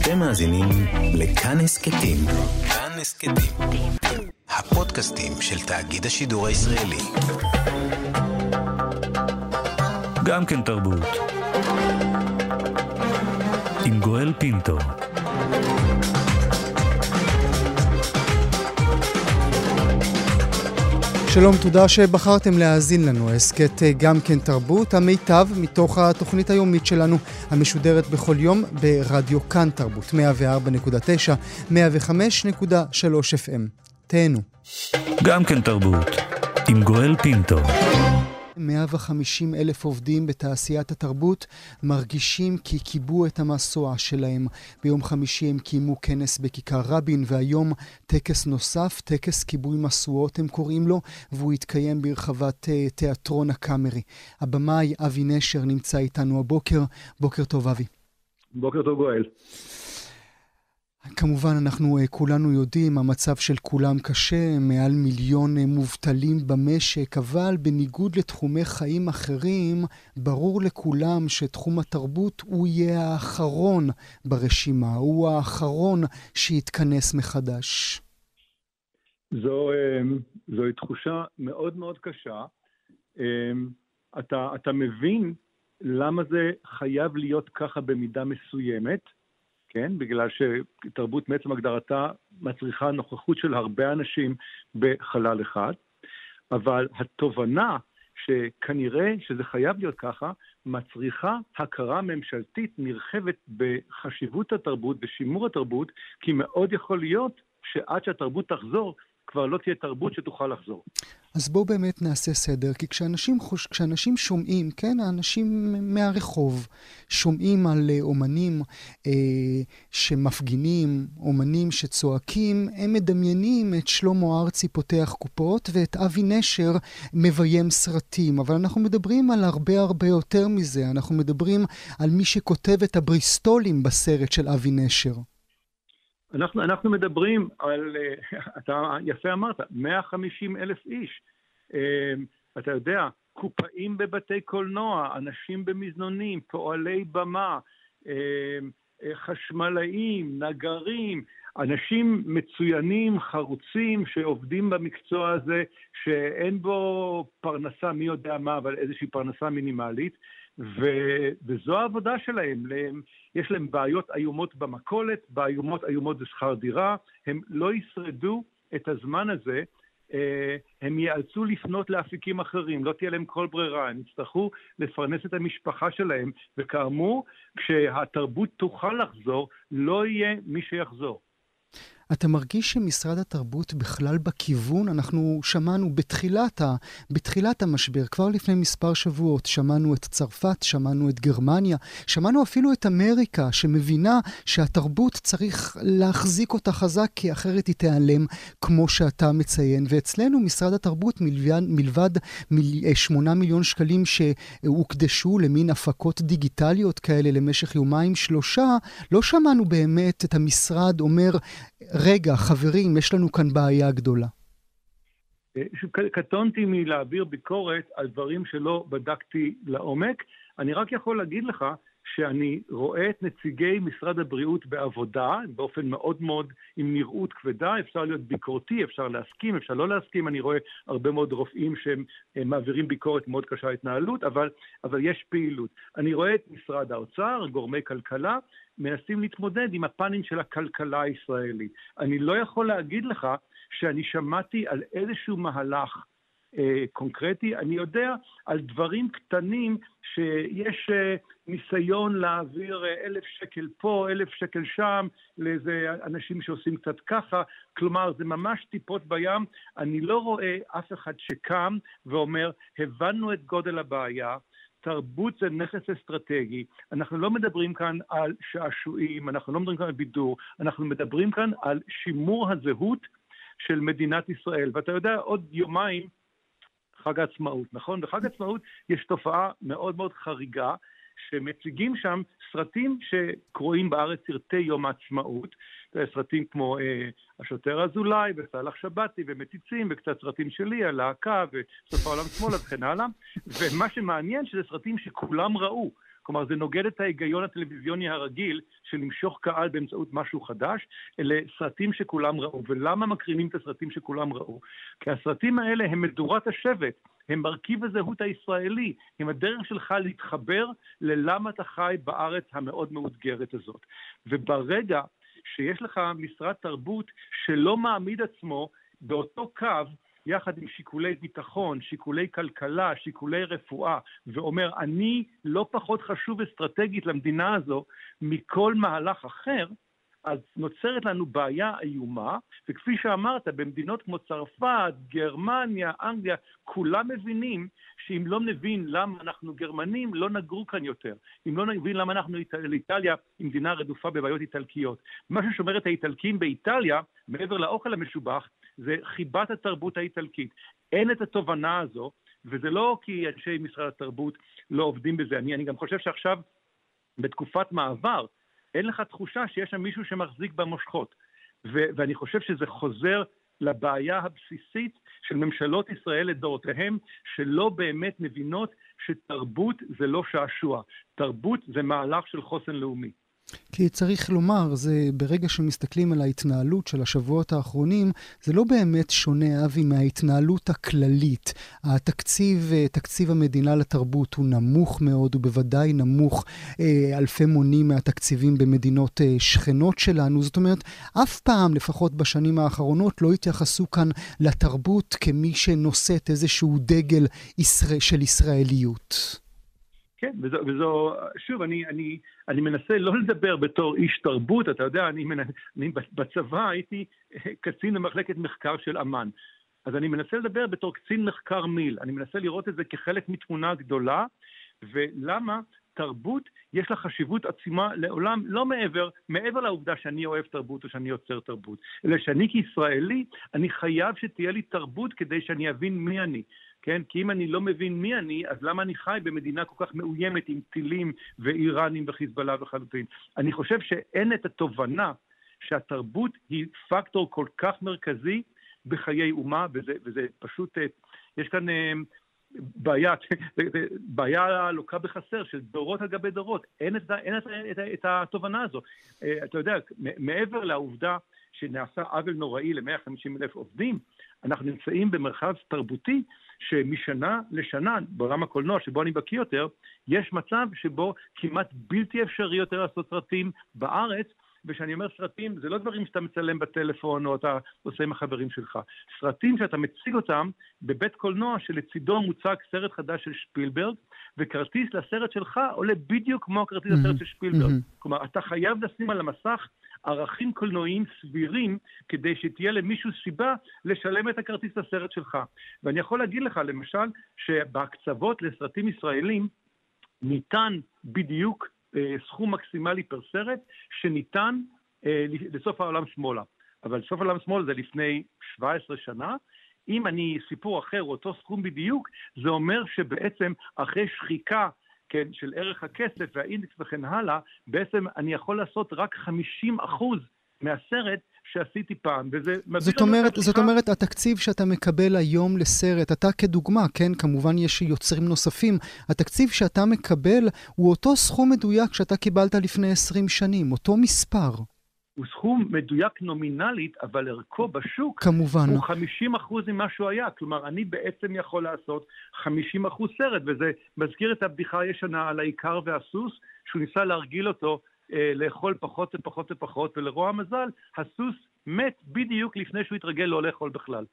אתם מאזינים לכאן הסכתים. כאן הסכתים. הפודקאסטים של תאגיד השידור הישראלי. גם כן תרבות. עם גואל פינטו. שלום, תודה שבחרתם להאזין לנו. הסכת גם כן תרבות, המיטב מתוך התוכנית היומית שלנו, המשודרת בכל יום ברדיו כאן תרבות, 104.9, 105.3 FM. תהנו. גם כן תרבות, עם גואל פינטו. 150,000 עובדים בתעשיית התרבות מרגישים כי קיבו את המסוע שלהם. ביום חמישי הם קיימו כנס בכיכר רבין, והיום טקס נוסף, טקס כיבוי מסועות הם קוראים לו, והוא יתקיים ברחבת תיאטרון הקאמרי. הבמאי אבי נשר נמצא איתנו הבוקר. בוקר טוב אבי. בוקר טוב גואל. כמובן אנחנו כולנו יודעים, המצב של כולם קשה, מעל 1,000,000 מובטלים במשק, אבל בניגוד לתחומי חיים אחרים, ברור לכולם שתחום התרבות הוא יהיה האחרון ברשימה, הוא האחרון שיתכנס מחדש. זוהי תחושה מאוד מאוד קשה. אתה מבין למה זה חייב להיות ככה במידה מסוימת, כן? בגלל שתרבות מעצם הגדרתה מצריכה נוכחות של הרבה אנשים בחלל אחד, אבל התובנה שכנראה שזה חייב להיות ככה, מצריכה הכרה ממשלתית נרחבת בחשיבות התרבות, בשימור התרבות, כי מאוד יכול להיות שעד שהתרבות תחזור, כבר לא תהיה תרבות שתוכל לחזור. אז בואו באמת נעשה סדר, כי כשאנשים שומעים, כן, האנשים מהרחוב שומעים על אומנים שמפגינים, אומנים שצועקים, הם מדמיינים את שלמה ארצי פותח קופות ואת אבי נשר מביים סרטים, אבל אנחנו מדברים על הרבה יותר מזה, אנחנו מדברים על מי שכותב את הבריסטולים בסרט של אבי נשר. אנחנו מדברים על, אתה יפה אמרת, 150,000 איש. אתה יודע, קופאים בבתי קולנוע, אנשים במזנונים, פועלי במה, חשמלאים, נגרים, אנשים מצוינים, חרוצים, שעובדים במקצוע הזה, שאין בו פרנסה, מי יודע מה, אבל איזושהי פרנסה מינימלית, וזו העבודה שלהם. יש להם בעיות איומות במכולת, בעיות איומות בשכר דירה, הם לא ישרדו את הזמן הזה, הם יאלצו לפנות לאפיקים אחרים, לא תהיה להם כל ברירה, הם יצטרכו לפרנס את המשפחה שלהם, וכאמור, כשהתרבות תוכל לחזור, לא יהיה מי שיחזור. אתה מרגיש שמשרד התרבות בכלל בכיוון? אנחנו שמענו בתחילת המשבר, כבר לפני מספר שבועות, שמענו את צרפת, שמענו את גרמניה, שמענו אפילו את אמריקה, שמבינה שהתרבות צריך להחזיק אותה חזק, כי אחרת היא תיעלם, כמו שאתה מציין. ואצלנו משרד התרבות, מלבד 8 מיליון שקלים שהוקדשו למין הפקות דיגיטליות כאלה למשך 2-3, לא שמענו באמת את המשרד אומר, רגע, חברים, יש לנו כאן בעיה גדולה. קטונתי מלהעביר ביקורת על דברים שלא בדקתי לעומק. אני רק יכול להגיד לך שאני רואה את נציגי משרד הבריאות בעבודה, באופן מאוד מאוד עם נראות כבדה, אפשר להיות ביקורתי, אפשר להסכים, אפשר לא להסכים, אני רואה הרבה מאוד רופאים שהם מעבירים ביקורת מאוד קשה התנהלות, אבל יש פעילות. אני רואה את משרד האוצר, גורמי כלכלה, מנסים להתמודד עם הפנים של הכלכלה הישראלית. אני לא יכול להגיד לך שאני שמעתי על איזשהו מהלך קונקרטי, אני יודע על דברים קטנים שיש ניסיון להעביר 1,000 שקל פה, 1,000 שקל שם, לאיזה אנשים שעושים קצת ככה, כלומר זה ממש טיפות בים. אני לא רואה אף אחד שקם ואומר, הבנו את גודל הבעיה, תרבות זה נכס אסטרטגי, אנחנו לא מדברים כאן על שעשועים, אנחנו לא מדברים כאן על בידור, אנחנו מדברים כאן על שימור הזהות של מדינת ישראל. ואתה יודע, עוד יומיים חג העצמאות, נכון? בחג העצמאות יש תופעה מאוד מאוד חריגה, שמציגים שם סרטים שקרואים בארץ סרטי יום העצמאות, סרטים כמו השוטר אזולאי וסלח שבתי ומציצים וקצת סרטים שלי, הלהקה וסוף העולם שמאלה וכן הלאה, ומה שמעניין שזה סרטים שכולם ראו, כלומר זה נוגד את ההיגיון הטלוויזיוני הרגיל של למשוך קהל באמצעות משהו חדש, אלה סרטים שכולם ראו. ולמה מקרינים את הסרטים שכולם ראו? כי הסרטים האלה הם מדורת השבט, הם מרכיב הזהות הישראלי, הם הדרך שלך להתחבר ללמה אתה חי בארץ המאוד מאותגרת הזאת. וברגע שיש לך משרד תרבות שלא מעמיד עצמו באותו קו, יחד עם שיקולי ביטחון, שיקולי כלכלה, שיקולי רפואה, ואומר, אני לא פחות חשוב אסטרטגית למדינה הזו מכל מהלך אחר, אז נוצרת לנו בעיה איומה, וכפי שאמרת, במדינות כמו צרפת, גרמניה, אנגליה, כולם מבינים שאם לא נבין למה אנחנו גרמנים, לא נגרו כאן יותר. אם לא נבין למה אנחנו איטליה, היא מדינה רדופה בבעיות איטלקיות. מה ששומר את האיטלקים באיטליה, מעבר לאוכל המשובח, זה חיבת התרבות האיטלקית. אין את התובנה הזו, וזה לא כי אנשי משרד התרבות לא עובדים בזה. אני גם חושב שעכשיו, בתקופת מעבר, אין לך תחושה שיש שם מישהו שמחזיק במושכות. ואני חושב שזה חוזר לבעיה הבסיסית של ממשלות ישראל לדורותיהם, שלא באמת מבינות שתרבות זה לא שעשוע. תרבות זה מהלך של חוסן לאומי. כי צריך לומר, זה ברגע שמסתכלים על ההתנהלות של השבועות האחרונים, זה לא באמת שונה, אבי, מההתנהלות הכללית. תקציב המדינה לתרבות הוא נמוך מאוד, הוא בוודאי נמוך אלפי מונים מהתקציבים במדינות שכנות שלנו. זאת אומרת, אף פעם, לפחות בשנים האחרונות, לא התייחסו כאן לתרבות כמי שנושאת איזשהו דגל של ישראליות. כן, וזו, שוב, אני מנסה לא לדבר בתור איש תרבות, אתה יודע, אני בצבא הייתי קצין במחלקת מחקר של אמן, אז אני מנסה לדבר בתור קצין מחקר מיל, אני מנסה לראות את זה כחלק מתמונה גדולה, ולמה תרבות יש לה חשיבות עצומה לעולם, לא מעבר לעובדה שאני אוהב תרבות או שאני יוצר תרבות, אלא שאני כישראלי, אני חייב שתהיה לי תרבות כדי שאני אבין מי אני. כן? כי אם אני לא מבין מי אני, אז למה אני חי במדינה כל כך מאוימת עם טילים ואיראנים וחיזבאללה וחלוטין? אני חושב שאין את התובנה שהתרבות היא פקטור כל כך מרכזי בחיי אומה, וזה פשוט, יש כאן בעיה לוקה בחסר של דורות על גבי דורות. אין את התובנה הזו. אתה יודע, מעבר לעובדה שנעשה עוול נוראי ל-150,000 עובדים, אנחנו נמצאים במרחב תרבותי שמשנה לשנה, בעולם הקולנוע שבו אני בקיא יותר, יש מצב שבו כמעט בלתי אפשרי יותר לעשות סרטים בארץ, ושאני אומר סרטים, זה לא דברים שאתה מצלם בטלפון או אתה עושה עם החברים שלך. סרטים שאתה מציג אותם בבית קולנוע שלצידו מוצג סרט חדש של שפילברג, וכרטיס לסרט שלך עולה בדיוק כמו הכרטיס לסרט של שפילברג. כלומר, אתה חייב לשים על המסך ערכים קולנועיים סבירים, כדי שתהיה למישהו סיבה לשלם את הכרטיס לסרט שלך. ואני יכול להגיד לך, למשל, שבהקצבות לסרטים ישראלים, ניתן בדיוק סכום מקסימלי פר סרט, שניתן לסוף העולם שמאלה. אבל סוף העולם שמאלה זה לפני 17 שנה, אם אני סיפור אחר, אותו סכום בדיוק, זה אומר שבעצם אחרי שחיקה, כן, של ערך הכסף והאינדקס וכן הלאה, בעצם אני יכול לעשות רק 50% מהסרט שעשיתי פעם, וזה... זאת אומרת, התקציב שאתה מקבל היום לסרט, אתה כדוגמה, כן, כמובן יש יוצרים נוספים, התקציב שאתה מקבל הוא אותו סכום מדויק שאתה קיבלת לפני 20 שנים, אותו מספר. הוא סכום מדויק נומינלית, אבל ערכו בשוק כמובן. הוא 50% ממה שהוא היה. כלומר, אני בעצם יכול לעשות 50% סרט, וזה מזכיר את הבדיחה הישנה על העיקר והסוס, שהוא ניסה להרגיל אותו לאכול פחות ופחות ופחות, ולרוע המזל, הסוס מת בדיוק לפני שהוא התרגל לא לאכול בכלל.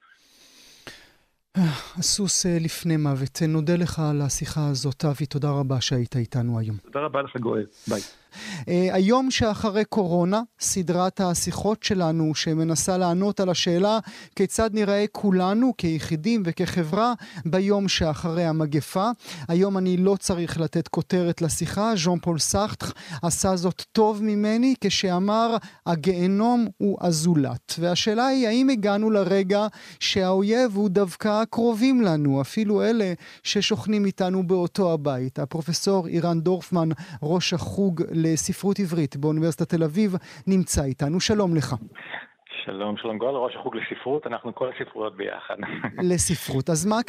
הסוס לפני מוות. נודה לך על השיחה הזאת, אבי, תודה רבה שהיית איתנו היום. תודה רבה לך גואל, ביי. היום שאחרי קורונה, סדרת השיחות שלנו שמנסה לענות על השאלה כיצד נראה כולנו כיחידים וכחברה ביום שאחרי המגפה. היום אני לא צריך לתת כותרת לשיחה, ז'אן פול סארטר עשה זאת טוב ממני כשאמר הגיהנום הוא הזולת. והשאלה היא האם הגענו לרגע שהאויב הוא דווקא קרובים לנו, אפילו אלה ששוכנים איתנו באותו הבית. הפרופסור אירן דורפמן, ראש החוג לספרות עברית באוניברסיטת תל אביב, נמצא איתנו. שלום לך. שלום, שלום גואל, ראש החוג לספרות, אנחנו כל הספרויות ביחד. לספרות. אז מה,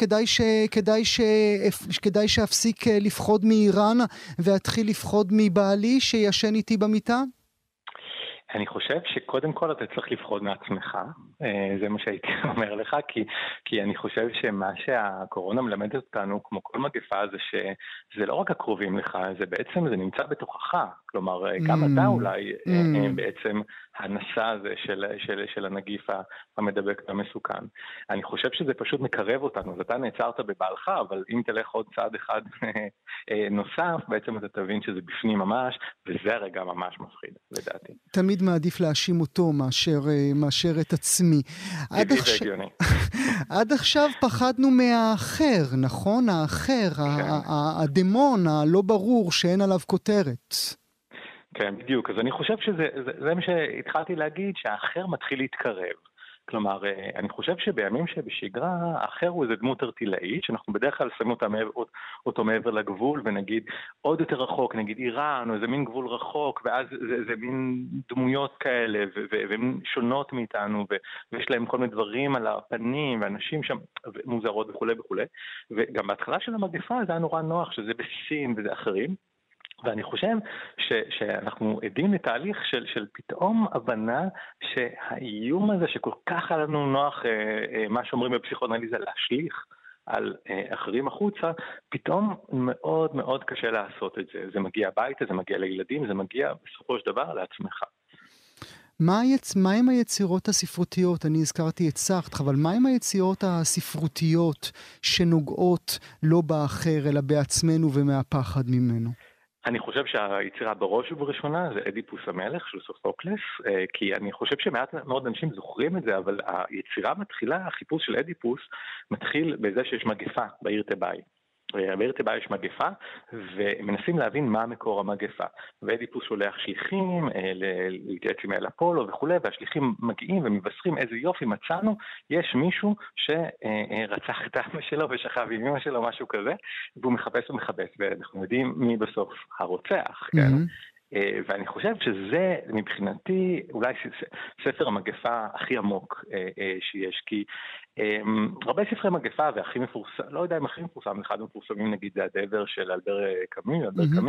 כדאי שאפסיק לפחוד מאיראן ואתחיל לפחוד מבעלי שישן איתי במיטה? אני חושב שקודם כל אתה צריך לפחוד מעצמך, זה מה שהייתי אומר לך, כי אני חושב שמה שהקורונה מלמדת אותנו, כמו כל מגפה, זה שזה לא רק הקרובים לך, זה בעצם, זה נמצא בתוכך, כלומר, גם אתה אולי בעצם הנשא הזה של הנגיף המדבק והמסוכן. אני חושב שזה פשוט מקרב אותנו, אז אתה נעצרת בבעלך, אבל אם תלך עוד צעד אחד נוסף, בעצם אתה תבין שזה בפנים ממש, וזה הרגע ממש מפחיד, לדעתי. תמיד מעדיף להאשים אותו מאשר את עצמי. עד עכשיו פחדנו מהאחר, נכון? האחר, הדמון, הלא ברור שאין עליו כותרת. כן, בדיוק. אז אני חושב שזה מה שהתחלתי להגיד, שהאחר מתחיל להתקרב. כלומר, אני חושב שבימים שבשגרה, האחר הוא איזה דמות ארטילאית, שאנחנו בדרך כלל שמים אותו מעבר לגבול, ונגיד עוד יותר רחוק, נגיד איראן, או איזה מין גבול רחוק, ואז זה מין דמויות כאלה, והן שונות מאיתנו, ויש להם כל מיני דברים על הפנים, ואנשים שם מוזרות וכו' וכו'. וגם בהתחלה של המגפה זה היה נורא נוח, שזה בסין וזה אחרים. ואני חושב שאנחנו עדים לתהליך של פתאום הבנה שהאיום הזה שכל כך היה לנו נוח, מה שאומרים בפסיכואנליזה, להשליך על אחרים החוצה, פתאום מאוד מאוד קשה לעשות את זה. זה מגיע הביתה, זה מגיע לילדים, זה מגיע בסופו של דבר לעצמך. מה עם היצירות הספרותיות? אני הזכרתי את סארטר, אבל מה עם היצירות הספרותיות שנוגעות לא באחר אלא בעצמנו ומהפחד ממנו? אני חושב שהיצירה בראש ובראשונה זה אדיפוס המלך של סופוקלס, כי אני חושב שמעט מאוד אנשים זוכרים את זה, אבל היצירה מתחילה, החיפוש של אדיפוס מתחיל בזה שיש מגפה בעיר תיבאי. בעיר תיבאי יש מגפה, ומנסים להבין מה מקור המגפה. ואדיפוס שולח שליחים להתייעץ עם אל אפולו וכו', והשליחים מגיעים ומבשרים איזה יופי מצאנו, יש מישהו שרצח את האמא שלו ושכב עם אמא שלו, משהו כזה, והוא מחפש ומחפש, ואנחנו יודעים מי בסוף הרוצח, כן? ואני חושב שזה מבחינתי אולי ספר המגפה הכי עמוק שיש, כי הרבה ספרי מגפה והכי מפורסם, לא יודע אם הכי מפורסם, אחד מפורסמים נגיד הדבר של אלבר קאמי,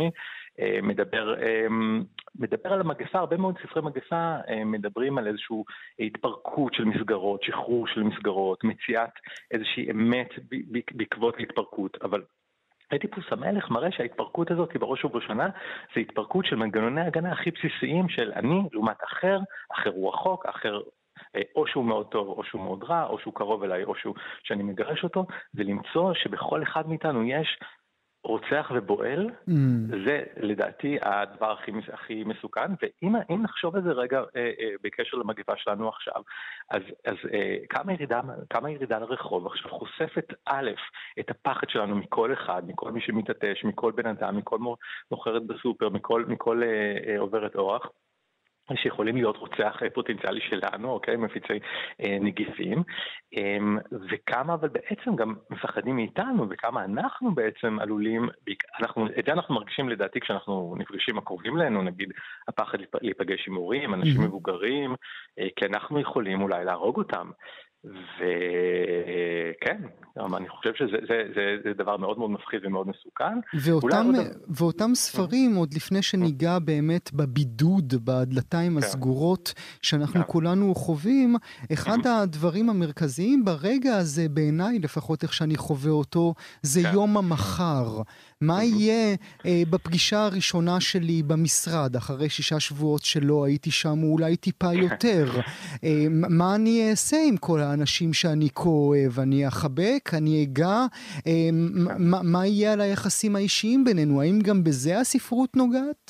מדבר על המגפה, הרבה מאוד ספרי מגפה מדברים על איזושהי התפרקות של מסגרות, שחרור של מסגרות, מציאת איזושהי אמת בעקבות ההתפרקות, אבל אדיפוס המלך מראה שההתפרקות הזאת היא בראש ובראשונה, זה התפרקות של מנגנוני ההגנה הכי בסיסיים של אני לעומת אחר, אחר הוא רחוק, אחר או שהוא מאוד טוב, או שהוא מאוד רע, או שהוא קרוב אליי, או שאני מגרש אותו, ולמצוא שבכל אחד מאיתנו יש רוצח ובועל, זה לדעתי הדבר הכי מסוכן, ואם נחשוב על זה רגע בקשר למגפה שלנו עכשיו, אז כמה ירידה לרחוב עכשיו חושפת א', את הפחד שלנו מכל אחד, מכל מי שמתעטש, מכל בן אדם, מכל מוכרת בסופר, מכל עוברת אורח, שיכולים להיות רוצח פוטנציאלי שלנו, אוקיי, מפיצי נגיפים, וכמה אבל בעצם גם מפחדים מאיתנו, וכמה אנחנו בעצם עלולים, את זה אנחנו מרגישים לדעתי כשאנחנו נפגשים הקרובים לנו, נגיד הפחד להיפגש עם הורים, אנשים מבוגרים, כי אנחנו יכולים אולי להרוג אותם. וכן, אני חושב שזה דבר מאוד מאוד מפחיד ומאוד מסוכן. ואותם ספרים, עוד לפני שניגע באמת בבידוד, בדלתיים הסגורות שאנחנו כולנו חווים, אחד הדברים המרכזיים ברגע הזה בעיניי, לפחות איך שאני חווה אותו, זה יום המחר. מה יהיה בפגישה הראשונה שלי במשרד, אחרי 6 שבועות שלא הייתי שם, אולי טיפה יותר? מה אני אעשה עם כל האנשים שאני כה אוהב? אני אחבק? אני אגע? מה יהיה על היחסים האישיים בינינו? האם גם בזה הספרות נוגעת?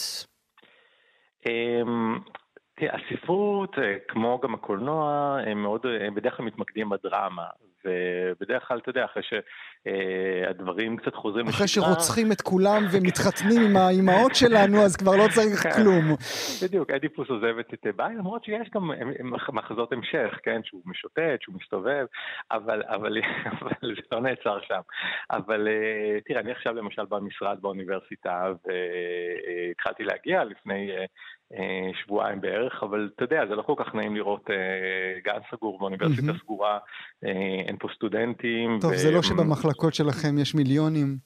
הספרות, כמו גם הקולנוע, הם מאוד בדרך כלל מתמקדים בדרמה. ובדרך כלל, אתה יודע, אחרי שהדברים קצת חוזרים אחרי שרוצחים את כולם ומתחתנים עם האימהות שלנו, אז כבר לא צריך כלום. בדיוק, אדיפוס עוזבת את תיבאי, למרות שיש גם מחזות המשך, כן, שהוא משוטט, שהוא מסתובב, אבל זה לא נעצר שם. אבל תראה, אני עכשיו למשל במשרד באוניברסיטה, והתחלתי להגיע לפני שבועיים בערך, אבל אתה יודע, זה לא כל כך נעים לראות גן סגור באוניברסיטה סגורה, אין פה סטודנטים. טוב, זה לא שבמחלקות שלכם יש מיליונים.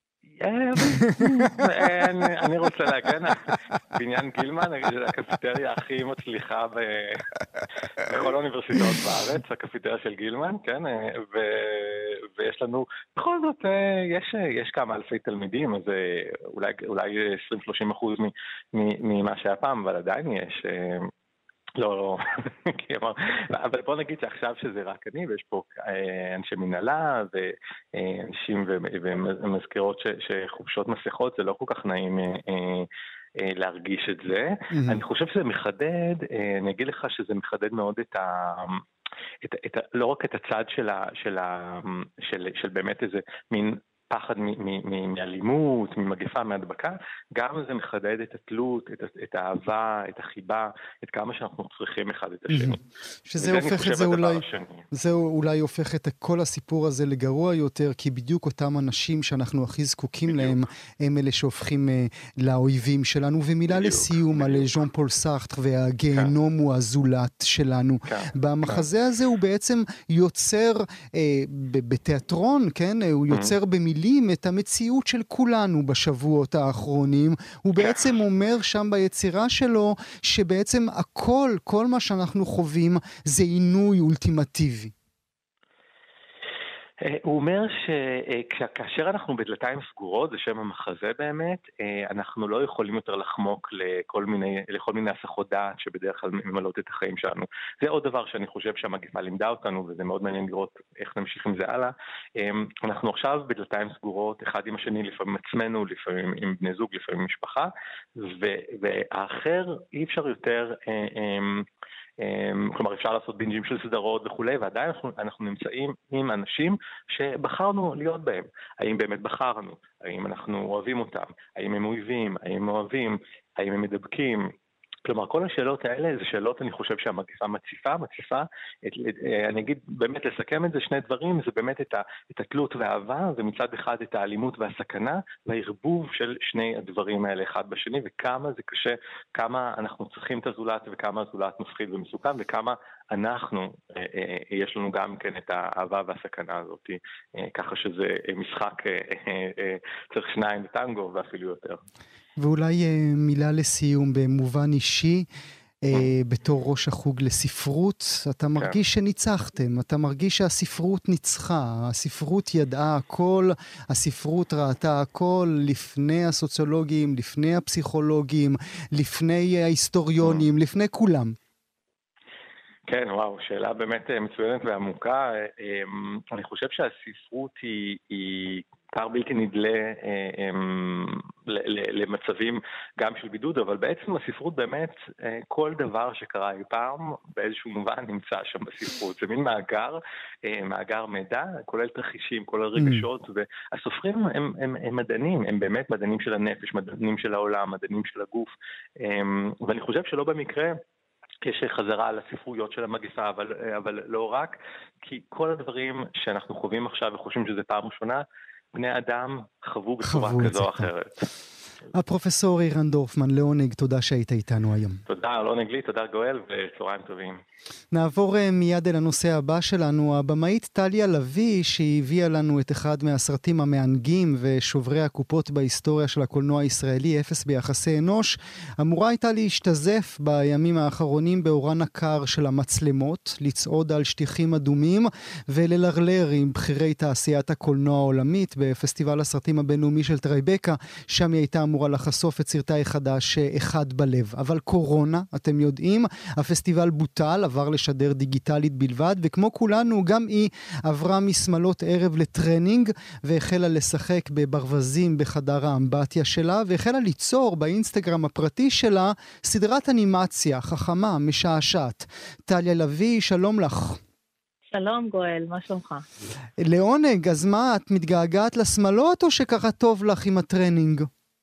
אני רוצה להגן על בניין גילמן, הקפיטריה הכי מצליחה בכל האוניברסיטאות בארץ, הקפיטריה של גילמן, כן, ויש לנו, בכל זאת, יש כמה אלפי תלמידים, אז אולי 20-30% ממה שהיה פעם, אבל עדיין יש. לא, אבל בוא נגיד שעכשיו שזה רק אני, ויש פה אנשי מנהלה ואנשים ומזכירות שחובשות מסכות, זה לא כל כך נעים להרגיש את זה. אני חושב שזה מחדד, אני אגיד לך שזה מחדד מאוד לא רק את הצד של באמת איזה מין פחד מאלימות, ממגפה, מהדבקה, גם זה מחדד את התלות, את האהבה, את החיבה, את כמה שאנחנו צריכים אחד את השני. שזה הופך את זה אולי הופך את כל הסיפור הזה לגרוע יותר, כי בדיוק אותם אנשים שאנחנו הכי זקוקים להם, הם אלה שהופכים לאויבים שלנו. ומילה לסיום על ז'אן פול סארטר והגיהנום הוא הזולת שלנו. במחזה הזה הוא בעצם יוצר בתיאטרון, כן? הוא יוצר במילים את המציאות של כולנו בשבועות האחרונים. הוא בעצם אומר שם ביצירה שלו שבעצם כל מה שאנחנו חווים זה עינוי אולטימטיבי. הוא אומר שכאשר אנחנו בדלתיים סגורות, זה שם המחזה באמת, אנחנו לא יכולים יותר לחמוק לכל מיני הסחות דעת שבדרך כלל ממלאות את החיים שלנו. זה עוד דבר שאני חושב שהמגפה לימדה אותנו, וזה מאוד מעניין לראות איך נמשיך עם זה הלאה. אנחנו עכשיו בדלתיים סגורות, אחד עם השני, לפעמים עצמנו, לפעמים עם בני זוג, לפעמים משפחה, והאחר אי אפשר יותר כלומר אפשר לעשות בינג'ים של סדרות וכולי, ועדיין אנחנו נמצאים עם אנשים שבחרנו להיות בהם. האם באמת בחרנו? האם אנחנו אוהבים אותם? האם הם אויבים? האם הם אוהבים? האם הם מדבקים? כלומר, כל השאלות האלה זה שאלות, אני חושב שהמגפה מציפה, אני אגיד באמת לסכם את זה, שני דברים, זה באמת את התלות והאהבה, ומצד אחד את האלימות והסכנה, והערבוב של שני הדברים האלה אחד בשני, וכמה זה קשה, כמה אנחנו צריכים את הזולת, וכמה הזולת מפחיד ומסוכן, וכמה אנחנו, יש לנו גם כן את האהבה והסכנה הזאת, ככה שזה משחק, צריך שניים בטנגו ואפילו יותר. ואולי מילה לסיום במובן אישי, בתור ראש החוג לספרות, אתה מרגיש שניצחתם, אתה מרגיש שהספרות ניצחה, הספרות ידעה הכל, הספרות ראתה הכל לפני הסוציולוגים, לפני הפסיכולוגים, לפני ההיסטוריונים, לפני כולם. כן, וואו, שאלה באמת מצוינת ועמוקה. אני חושב שהספרות היא פער בלתי נדלה למצבים גם של בידוד, אבל בעצם הספרות באמת, כל דבר שקרה אי פעם, באיזשהו מובן נמצא שם בספרות. זה מין מאגר מידע, כולל תרחישים, כולל רגשות, והסופרים הם מדענים, הם באמת מדענים של הנפש, מדענים של העולם, מדענים של הגוף, ואני חושב שלא במקרה, יש חזרה על הספרויות של המגפה, אבל לא רק, כי כל הדברים שאנחנו חווים עכשיו וחושבים שזה פעם ראשונה, בני אדם חוו בצורה כזו או אחרת. הפרופסור אירן דורפמן, לעונג, תודה שהיית איתנו היום. תודה, לעונג לי, תודה גואל, וצהריים טובים. נעבור מיד אל הנושא הבא שלנו, הבמאית טליה לביא, שהביאה לנו את אחד מהסרטים המענגים ושוברי הקופות בהיסטוריה של הקולנוע הישראלי, אפס ביחסי אנוש, אמורה הייתה להשתזף בימים האחרונים באורן הקר של המצלמות, לצעוד על שטיחים אדומים וללרלר עם בחירי תעשיית הקולנוע העולמית בפסטיבל הסרטים הבינלאומי של טרייבקה, שם היא הייתה אמורה לחשוף את סרטה החדש אחד בלב. אבל קורונה, אתם יודעים, הפסטיבל בוטל, עבר לשדר דיגיטלית בלבד, וכמו כולנו, גם היא עברה משמלות ערב לטרנינג, והחלה לשחק בברווזים בחדר האמבטיה שלה, והחלה ליצור באינסטגרם הפרטי שלה סדרת אנימציה חכמה, משעשעת. טליה לביא, שלום לך. שלום גואל, מה שלומך? לעונג, אז מה, את מתגעגעת לשמלות או שככה טוב לך עם הטרנינג?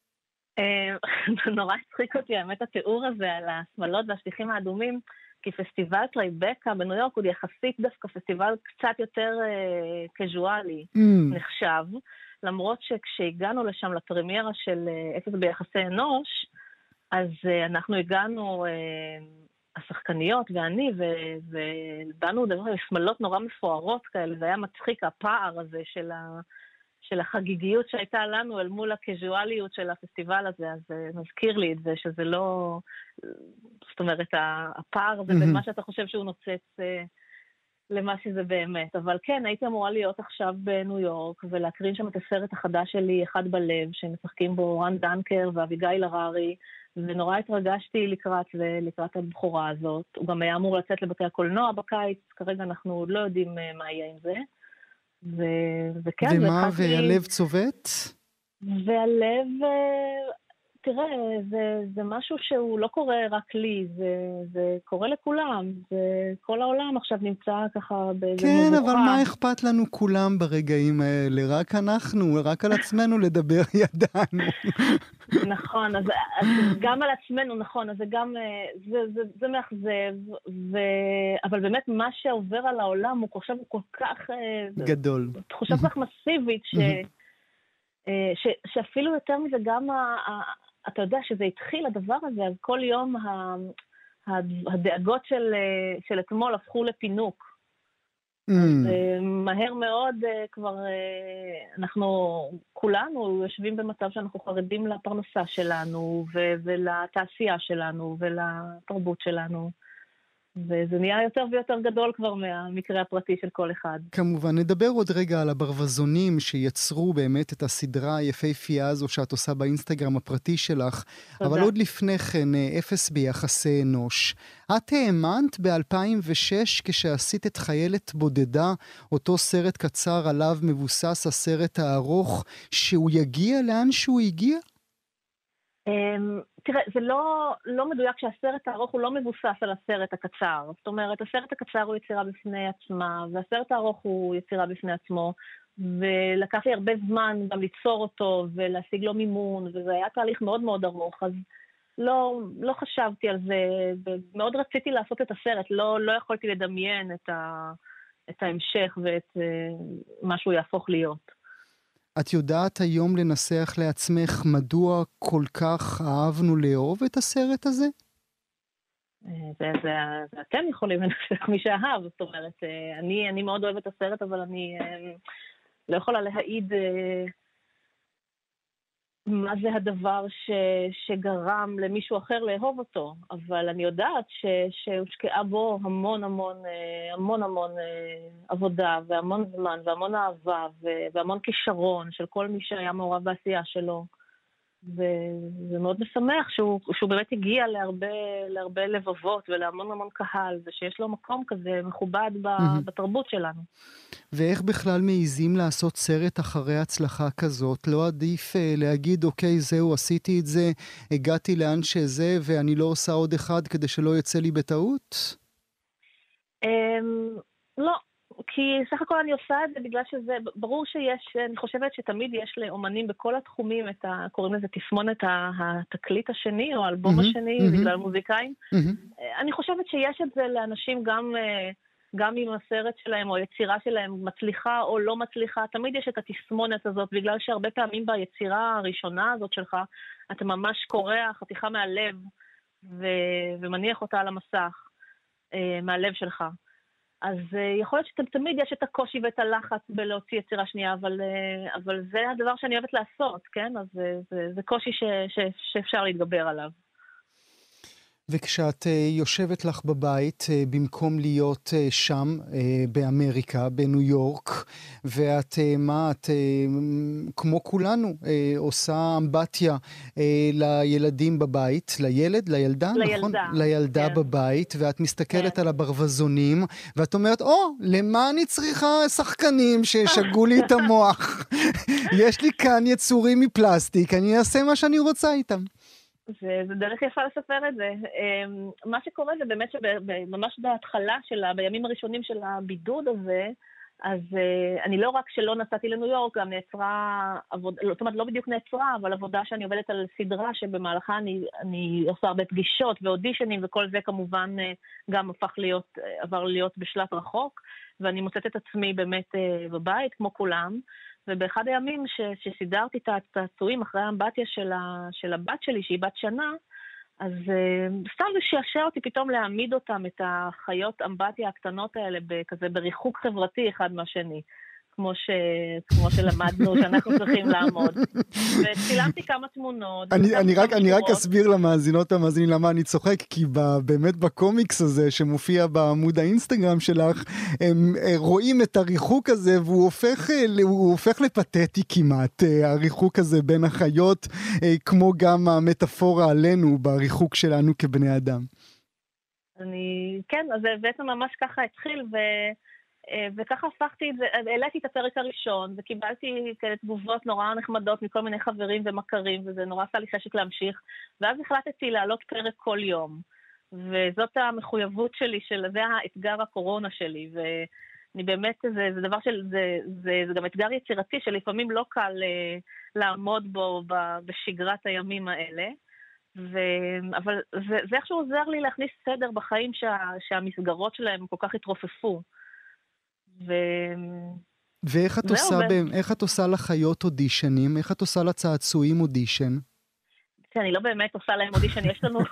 נורא הצחיק אותי, האמת התיאור הזה על השמלות והשטיחים האדומים, כי פסטיבל טרייבקה בניו יורק הוא יחסית דווקא פסטיבל קצת יותר קזואלי נחשב, למרות שכשהגענו לשם לפרמיירה של אפס ביחסי אנוש, אז אנחנו הגענו, השחקניות ואני, ובאנו שמלות נורא מפוארות כאלה, זה היה מצחיק, הפער הזה של החגיגיות שהייתה לנו אל מול הקזואליות של הפסטיבל הזה, אז מזכיר לי את זה, שזה לא, זאת אומרת, הפער הזה בין מה שאתה חושב שהוא נוצץ למה שזה באמת. אבל כן, הייתי אמורה להיות עכשיו בניו יורק, ולהקרין שם את הסרט החדש שלי, אחד בלב, שמשחקים בו רן דנקר ואביגיל הררי, ונורא התרגשתי לקראת הבחורה הזאת. הוא גם היה אמור לצאת לבתי הקולנוע בקיץ, כרגע אנחנו עוד לא יודעים מה יהיה עם זה. וכן, ומה, והלב צובט? והלב, תראה, זה משהו שהוא לא קורה רק לי, זה קורה לכולם, כל העולם עכשיו נמצא ככה באיזה מבוכה. כן, אבל מה אכפת לנו כולם ברגעים האלה? רק אנחנו, רק על עצמנו לדבר ידענו. נכון, אז גם על עצמנו, נכון, אז זה גם, זה מאכזב, אבל באמת מה שעובר על העולם הוא חושב כל כך גדול. תחושה כל כך מסיבית, שאפילו יותר מזה גם, אתה יודע שזה התחיל הדבר הזה, אז כל יום הדאגות של אתמול הפכו לפינוק. אז מהר מאוד כבר אנחנו כולנו יושבים במצב שאנחנו חרדים לפרנסה שלנו ולתעשייה שלנו ולתרבות שלנו, וזה נהיה יותר ויותר גדול כבר מהמקרה הפרטי של כל אחד. כמובן, נדבר עוד רגע על הברווזונים שיצרו באמת את הסדרה היפהפייה הזו שאת עושה באינסטגרם הפרטי שלך. תודה. אבל עוד לפני כן, אפס ביחסי אנוש. את האמנת ב-2006 כשעשית את חיילת בודדה, אותו סרט קצר עליו מבוסס הסרט הארוך, שהוא יגיע לאן שהוא הגיע? תראה, זה לא מדויק שהסרט הארוך הוא לא מבוסס על הסרט הקצר. זאת אומרת, הסרט הקצר הוא יצירה בפני עצמה, והסרט הארוך הוא יצירה בפני עצמו, ולקח לי הרבה זמן גם ליצור אותו ולהשיג לו מימון, וזה היה תהליך מאוד מאוד ארוך, אז לא חשבתי על זה, ומאוד רציתי לעשות את הסרט, לא יכולתי לדמיין את ההמשך ואת מה שהוא יהפוך להיות. את יודעת היום לנסח לעצמך מדוע כל כך אהבנו לאהוב את הסרט הזה? זה אתם יכולים לנסח מי שאהב, זאת אומרת, אני מאוד אוהבת את הסרט, אבל אני לא יכולה להעיד מה זה הדבר שגרם למישהו אחר לאהוב אותו, אבל אני יודעת שהושקעה בו המון עבודה והמון זמן והמון אהבה והמון כישרון של כל מי שהיה מעורב בעשייה שלו, וזה מאוד משמח שהוא באמת הגיע להרבה לבבות ולהמון קהל, ושיש לו מקום כזה מכובד בתרבות שלנו. ואיך בכלל מעיזים לעשות סרט אחרי הצלחה כזאת? לא עדיף להגיד, אוקיי, זהו, עשיתי את זה, הגעתי לאן שזה, ואני לא עושה עוד אחד כדי שלא יצא לי בטעות? לא. כי סך הכל אני עושה את זה בגלל שזה, ברור שיש, אני חושבת שתמיד יש לאומנים בכל התחומים קוראים לזה תסמונת התקליט השני או האלבום השני, בגלל מוזיקאים. אני חושבת שיש את זה לאנשים גם אם הסרט שלהם או היצירה שלהם מצליחה או לא מצליחה, תמיד יש את התסמונת הזאת, בגלל שהרבה פעמים ביצירה הראשונה הזאת שלך, אתה ממש קורא חתיכה מהלב ומניח אותה על המסך מהלב שלך. אז יכול להיות שתמיד יש את הקושי ואת הלחץ בלהוציא יצירה שנייה, אבל זה הדבר שאני אוהבת לעשות, כן? אז זה קושי שאפשר להתגבר עליו. וכשאת יושבת לך בבית, במקום להיות שם, באמריקה, בניו יורק, ואת, כמו כולנו, עושה אמבטיה לילדים בבית, לילדה, נכון? לילדה בבית, ואת מסתכלת על הברווזונים, ואת אומרת, למה אני צריכה שחקנים שישגעו לי את המוח? יש לי כאן יצורים מפלסטיק, אני אעשה מה שאני רוצה איתם. זה דרך יפה לספר את זה. מה שקורה זה באמת שממש בהתחלה בימים הראשונים של הבידוד הזה, אז אני לא רק שלא נסעתי לניו יורק, גם נעצרה עבודה, זאת אומרת לא בדיוק נעצרה, אבל עבודה שאני עובדת על סדרה שבמהלכה אני עושה הרבה פגישות ואודישנים, וכל זה כמובן גם עבר להיות בשלט רחוק, ואני מוצאת את עצמי באמת בבית כמו כולם, ובאחד הימים שסידרתי את הצעצועים אחרי האמבטיה של הבת שלי, שהיא בת שנה, אז סתם זה שישע אותי פתאום להעמיד אותם, את החיות אמבטיה הקטנות האלה, כזה בריחוק חברתי אחד מהשני. כמו שלמדנו שאנחנו צריכים לעמוד. וצילמתי כמה תמונות. אני רק אסביר למאזינות המאזינים למה אני צוחק, כי באמת בקומיקס הזה שמופיע בעמוד האינסטגרם שלך, הם רואים את הריחוק הזה, והוא הופך לפתטי כמעט, הריחוק הזה בין החיות, כמו גם המטאפורה עלינו בריחוק שלנו כבני אדם. כן, אז זה בעצם ממש ככה התחיל, וככה הפכתי את זה, העליתי את הפרק הראשון, וקיבלתי כאלה תגובות נורא נחמדות מכל מיני חברים ומכרים, וזה נורא עשה לי חשק להמשיך, ואז החלטתי לעלות פרק כל יום, וזאת המחויבות שלי, זה האתגר הקורונה שלי, ואני באמת, זה דבר זה גם אתגר יצירתי, שלפעמים לא קל לעמוד בו בשגרת הימים האלה, אבל זה איכשהו עוזר לי להכניס סדר בחיים שהמסגרות שלהם כל כך התרופפו. ואיך את עושה לחיות אודישנים? איך את עושה לצעצועים אודישן? אני לא באמת עושה להם אודישן, יש לנו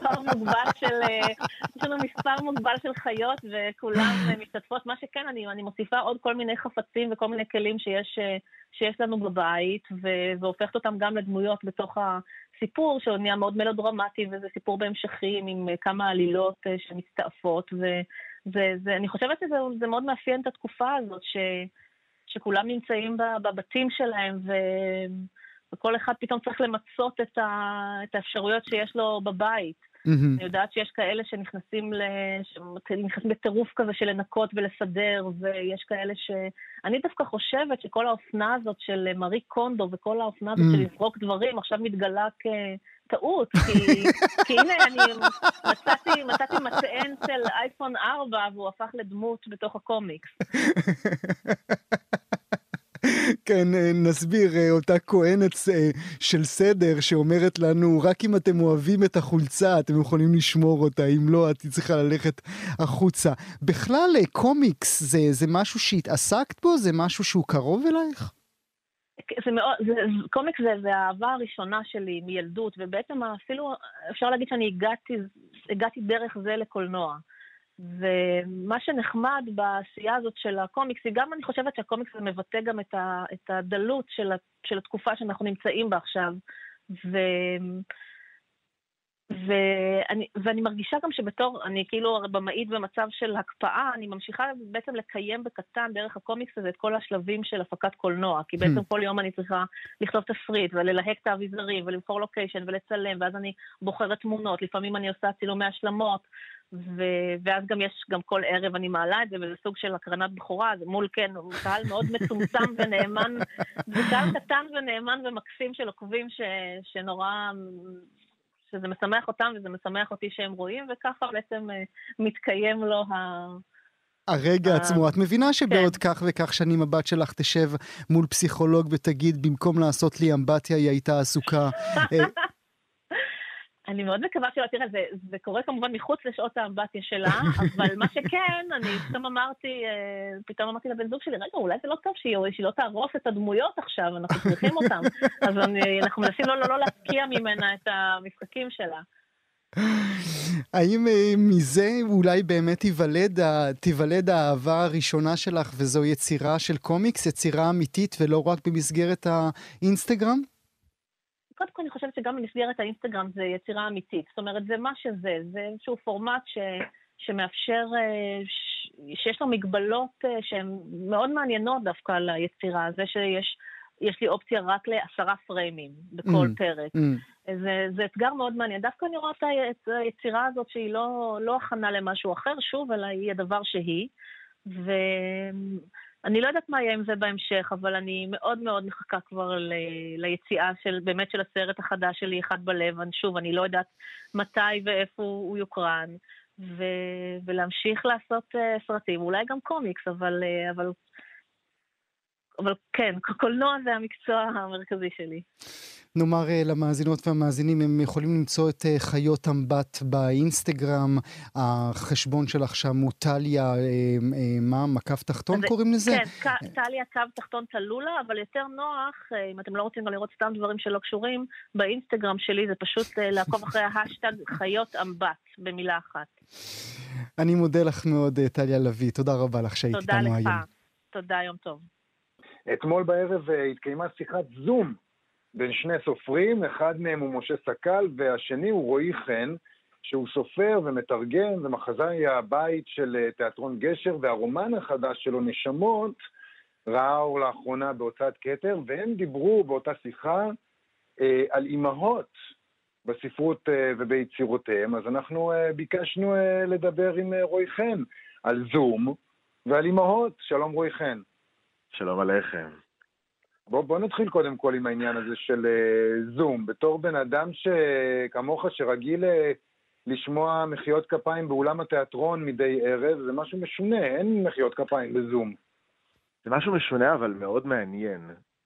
מספר מוגבל של חיות, וכולם משתתפות. מה שכן, אני מוסיפה עוד כל מיני חפצים וכל מיני כלים שיש לנו בבית, והופכת אותם גם לדמויות בתוך הסיפור, שנהיה מאוד מלודרמטי, וזה סיפור בהמשכים עם כמה עלילות שמסתעפות, אני חושבת שזה מאוד מאפיין את התקופה הזאת, שכולם נמצאים בבתים שלהם, וכל אחד פתאום צריך למצות את האפשרויות שיש לו בבית. אני יודעת שיש כאלה שנכנסים בטירוף כזה של לנקות ולסדר, ויש כאלה אני דווקא חושבת שכל האופנה הזאת של מארי קונדו, וכל האופנה הזאת של לזרוק דברים, עכשיו מתגלה כטעות, כי הנה אני מצאתי מטען של אייפון 4, והוא הפך לדמות בתוך הקומיקס. כן, נסביר, אותה כהנת של סדר שאומרת לנו, רק אם אתם אוהבים את החולצה, אתם יכולים לשמור אותה, אם לא, את צריכה ללכת החוצה. בכלל, קומיקס, זה משהו שהתעסקת בו? זה משהו שהוא קרוב אלייך? קומיקס זה האהבה הראשונה שלי מילדות, ובעצם אפילו אפשר להגיד שאני הגעתי דרך זה לקולנוע. ומה שנחמד בעשייה הזאת של הקומיקס, היא גם אני חושבת שהקומיקס זה מבטא גם את הדלות של התקופה שאנחנו נמצאים בה עכשיו, ואני מרגישה גם שבתור, אני כאילו במאית במצב של הקפאה, אני ממשיכה בעצם לקיים בקטן דרך הקומיקס הזה את כל השלבים של הפקת קולנוע, כי בעצם כל יום אני צריכה לכתוב תפריט וללהק את האביזרים ולבחור לוקיישן ולצלם, ואז אני בוחרת תמונות, לפעמים אני עושה צילומי השלמות, ואז גם יש, גם כל ערב אני מעלה את זה, וזה סוג של הקרנת בחורה, זה מול קהל מאוד מצומצם ונאמן, זה קהל קטן ונאמן ומקסים של עוקבים שנורא, שזה משמח אותם וזה משמח אותי שהם רואים, וככה בעצם מתקיים לו הרגע עצמו. את מבינה שבעוד כך וכך שנים הבת שלך תשב מול פסיכולוג ותגיד, במקום לעשות לי אמבטיה היא הייתה עסוקה. אני מאוד מקווה שלא, תראה, זה קורה כמובן מחוץ לשעות האמבטיה שלה, אבל מה שכן, אני פתאום אמרתי לבן זוג שלי, רגע, אולי זה לא טוב שהיא לא תערוס את הדמויות עכשיו, אנחנו צריכים אותם. אז אנחנו מנסים לא להפקיע ממנה את המשחקים שלה. האם מזה אולי באמת תיוולד האהבה הראשונה שלך, וזו יצירה של קומיקס, יצירה אמיתית ולא רק במסגרת האינסטגרם? קודם כל אני חושבת שגם במסגרת האינסטגרם זה יצירה אמיתית, זאת אומרת זה מה שזה, זה איזשהו פורמט שמאפשר, שיש לו מגבלות שהן מאוד מעניינות דווקא ליצירה, זה שיש לי אופציה רק ל10 פריימים בכל פרק, זה אתגר מאוד מעניין, דווקא אני רואה את היצירה הזאת שהיא לא הכנה למשהו אחר, שוב, אלא היא הדבר שהיא, אני לא יודעת מה יהיה עם זה בהמשך, אבל אני מאוד מאוד מחכה כבר ליציאה באמת של הסרט החדש שלי, אחד בלב. שוב, אני לא יודעת מתי ואיפה הוא יוקרן, ולהמשיך לעשות סרטים, אולי גם קומיקס, אבל אבל כן, קולנוע זה המקצוע המרכזי שלי. נאמר למאזינות והמאזינים, הם יכולים למצוא את חיות אמבט באינסטגרם, החשבון שלך שם הוא טליה, מה, מקף תחתון קוראים לזה? כן, טליה קו תחתון תלולה, אבל יותר נוח, אם אתם לא רוצים לראות סתם דברים שלא קשורים, באינסטגרם שלי זה פשוט לעקוב אחרי ההשטג חיות אמבט, במילה אחת. אני מודה לך מאוד, טליה לוי, תודה רבה לך שהיית איתנו היום. תודה לך, תודה, יום טוב. אתמול בערב התקיימה שיחת זום בין שני סופרים, אחד מהם הוא משה סקל והשני הוא רועי חן, שהוא סופר ומתרגם ומחזאי הבית של תיאטרון גשר, והרומן החדש שלו נשמות ראה אור לאחרונה בהוצאת כתר, והם דיברו באותה שיחה על אימהות בספרות וביצירותיהם. אז אנחנו ביקשנו לדבר עם רועי חן על זום ועל אימהות. שלום רועי חן. שלום עליכם. בוא נתחיל קודם כל עם העניין הזה של זום. בתור בן אדם שכמוך שרגיל לשמוע מחיאות כפיים באולם התיאטרון מדי ערב, זה משהו משונה, אין מחיאות כפיים בזום. זה משהו משונה אבל מאוד מעניין,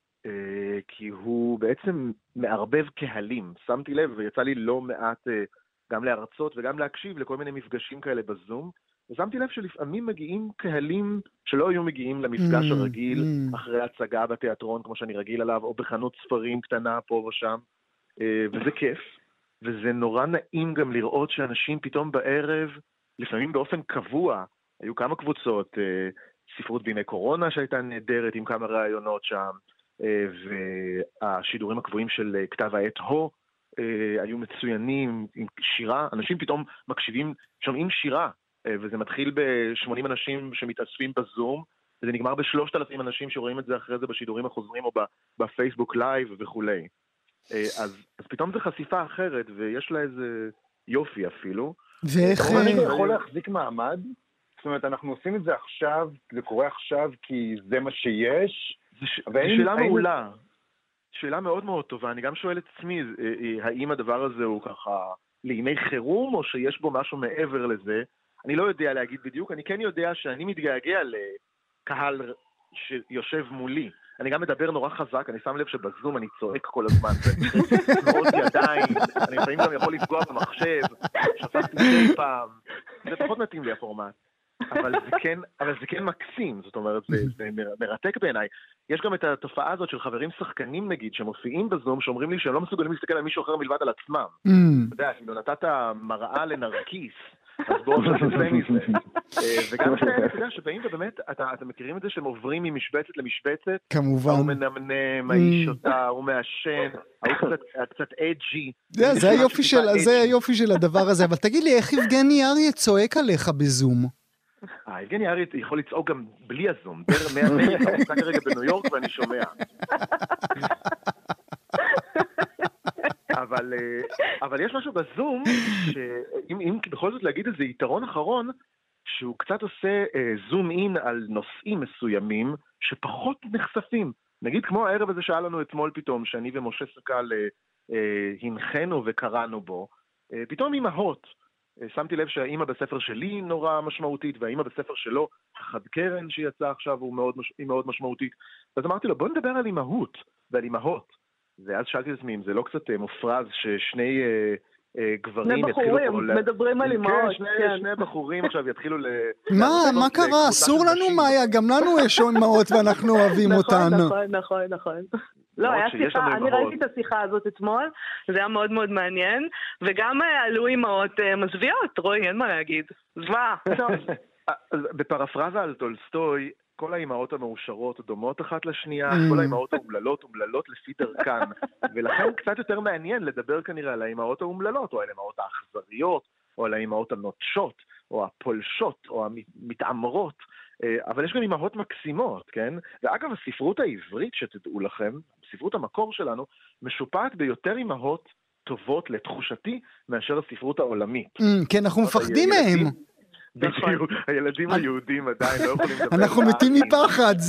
כי הוא בעצם מערבב קהלים. שמתי לב ויצא לי לא מעט גם להרצות וגם להקשיב לכל מיני מפגשים כאלה בזום, ושמתי לב שלפעמים מגיעים קהלים שלא היו מגיעים למפגש הרגיל אחרי הצגה בתיאטרון, כמו שאני רגיל עליו, או בחנות ספרים קטנה פה ושם, וזה כיף, וזה נורא נעים גם לראות שאנשים פתאום בערב, לפעמים באופן קבוע, היו כמה קבוצות, ספרות בימי קורונה שהייתה נהדרת עם כמה רעיונות שם, והשידורים הקבועים של כתב העת הו, היו מצוינים עם שירה, אנשים פתאום מקשיבים, שומעים שירה, וזה מתחיל ב-80 אנשים שמתאספים בזום, וזה נגמר ב-3,000 אנשים שרואים את זה אחרי זה בשידורים החוזרים או בפייסבוק לייב וכולי. אז פתאום זה חשיפה אחרת, ויש לה איזה יופי אפילו. ואיך... אני יכול להחזיק מעמד? זאת אומרת, אנחנו עושים את זה עכשיו, זה קורה עכשיו כי זה מה שיש? זו שאלה מעולה. שאלה מאוד מאוד טובה. אני גם שואל את עצמי, האם הדבר הזה הוא ככה לימי חירום, או שיש בו משהו מעבר לזה? אני לא יודע להגיד בדיוק, אני כן יודע שאני מתגעגע לקהל שיושב מולי. אני גם מדבר נורא חזק, אני שם לב שבזום אני צועק כל הזמן, מאוד ידיים, אני לפעמים גם יכול לפגוע במחשב, שפכתי די פעם, זה פחות מתאים לי הפורמט. אבל זה כן מקסים, זאת אומרת, זה מרתק בעיניי. יש גם את התופעה הזאת של חברים שחקנים נגיד, שמופיעים בזום, שאומרים לי שהם לא מסוגלים להסתכל על מישהו אחר מלבד על עצמם. אתה יודע, אם לא נתת מראה לנרקיס, אז בואו נעשה מזה. וגם שאלה, אתה יודע, שבאים ובאמת, אתם מכירים את זה שהם עוברים ממשבצת למשבצת? כמובן. הוא מנמנם, האיש אותה, הוא מעשן, הוא קצת אג'י. זה היופי של הדבר הזה, אבל תגיד לי, איך יבגני אריה צועק עליך בזום? יבגני אריה יכול לצעוק גם בלי הזום, אני נמצא כרגע בניו יורק ואני שומע. אבל יש משהו בזום, שאם בכל זאת להגיד איזה יתרון אחרון, שהוא קצת עושה זום אין על נושאים מסוימים, שפחות נחשפים. נגיד כמו הערב הזה שהיה לנו אתמול פתאום, שאני ומשה סקל הנחנו וקראנו בו, פתאום אימהות. שמתי לב שהאימא בספר שלי נורא משמעותית, והאימא בספר שלו, חד קרן שיצא עכשיו, היא מאוד משמעותית. אז אמרתי לו, בוא נדבר על אימהות ועל אימהות. ואז שאלתי את עצמי, אם זה לא קצת מופרז ששני גברים יתחילו... מדברים על אימהות. שני בחורים עכשיו יתחילו מה קרה? אסור לנו מאיה, גם לנו יש אימהות ואנחנו אוהבים אותנו. נכון. לא, היה שיחה, אני ראיתי את השיחה הזאת אתמול, זה היה מאוד מאוד מעניין, וגם עלו אימהות מזוויעות, רואי, אין מה להגיד. זוועה. בפרפרזה על טולסטוי, כל האימהות המאושרות דומות אחת לשנייה, כל האימהות האומללות לפי דרכן, ולכן קצת יותר מעניין לדבר כנראה על האימהות האומללות, או על האימהות האכזריות, או על האימהות הנוטשות, או הפולשות, או המתעמרות, אבל יש גם אימהות מקסימות, כן? ואגב, הספרות העברית שתדעו לכם, ספרות המקור שלנו, משופעת ביותר אימהות טובות לתחושתי, מאשר הספרות העולמית. כן, אנחנו מפחדים מהם. בדיוק, הילדים היהודים עדיין לא יכולים לדבר. אנחנו מתים מפחד, זה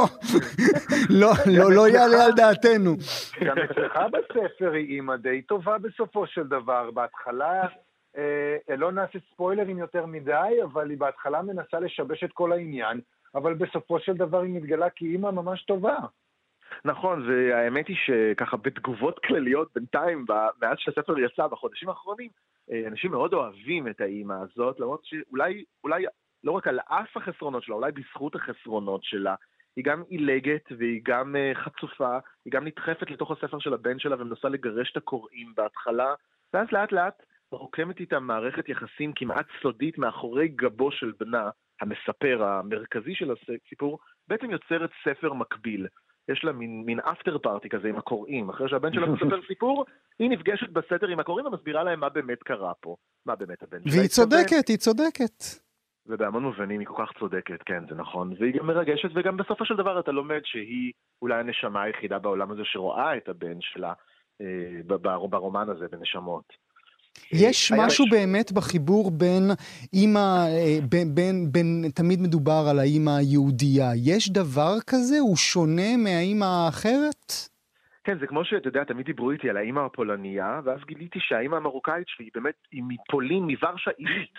לא יעלה על דעתנו. גם אצלך בספר היא אימא די טובה בסופו של דבר. בהתחלה, לא נעשה ספוילרים יותר מדי, אבל היא בהתחלה מנסה לשבש את כל העניין. אבל בסופו של דבר היא מתגלה כאימא ממש טובה. נכון, והאמת היא שככה בתגובות כלליות בינתיים, מאז שהספר יצא בחודשים האחרונים, אנשים מאוד אוהבים את האימא הזאת, למרות שאולי לא רק על אף החסרונות שלה, אולי בזכות החסרונות שלה, היא גם עילגת והיא גם חצופה, היא גם נדחפת לתוך הספר של הבן שלה ומנסה לגרש את הקוראים בהתחלה, ואז לאט לאט רוקמת איתה מערכת יחסים כמעט סודית מאחורי גבו של בנה, המספר המרכזי של הסיפור, בעצם יוצרת ספר מקביל. יש לה מין אפטר פארטי כזה עם הקוראים. אחרי שהבן שלה מספר סיפור, היא נפגשת בסתר עם הקוראים ומסבירה להם מה באמת קרה פה. מה באמת הבן שלה. והיא צודקת, היא צודקת. ובהמון מובנים היא כל כך צודקת, כן, זה נכון. והיא גם מרגשת, וגם בסופו של דבר אתה לומד שהיא אולי הנשמה היחידה בעולם הזה שרואה את הבן שלה ברומן הזה, בנשמות. יש משהו באמת בחיבור בין אימא, תמיד מדובר על האימא היהודייה. יש דבר כזה? הוא שונה מהאימא האחרת? כן, זה כמו שאתה יודע, תמיד דיברו איתי על האימא הפולניה, ואז גיליתי שהאימא המרוקאית שלי באמת היא מפולין, מוורשה עילית.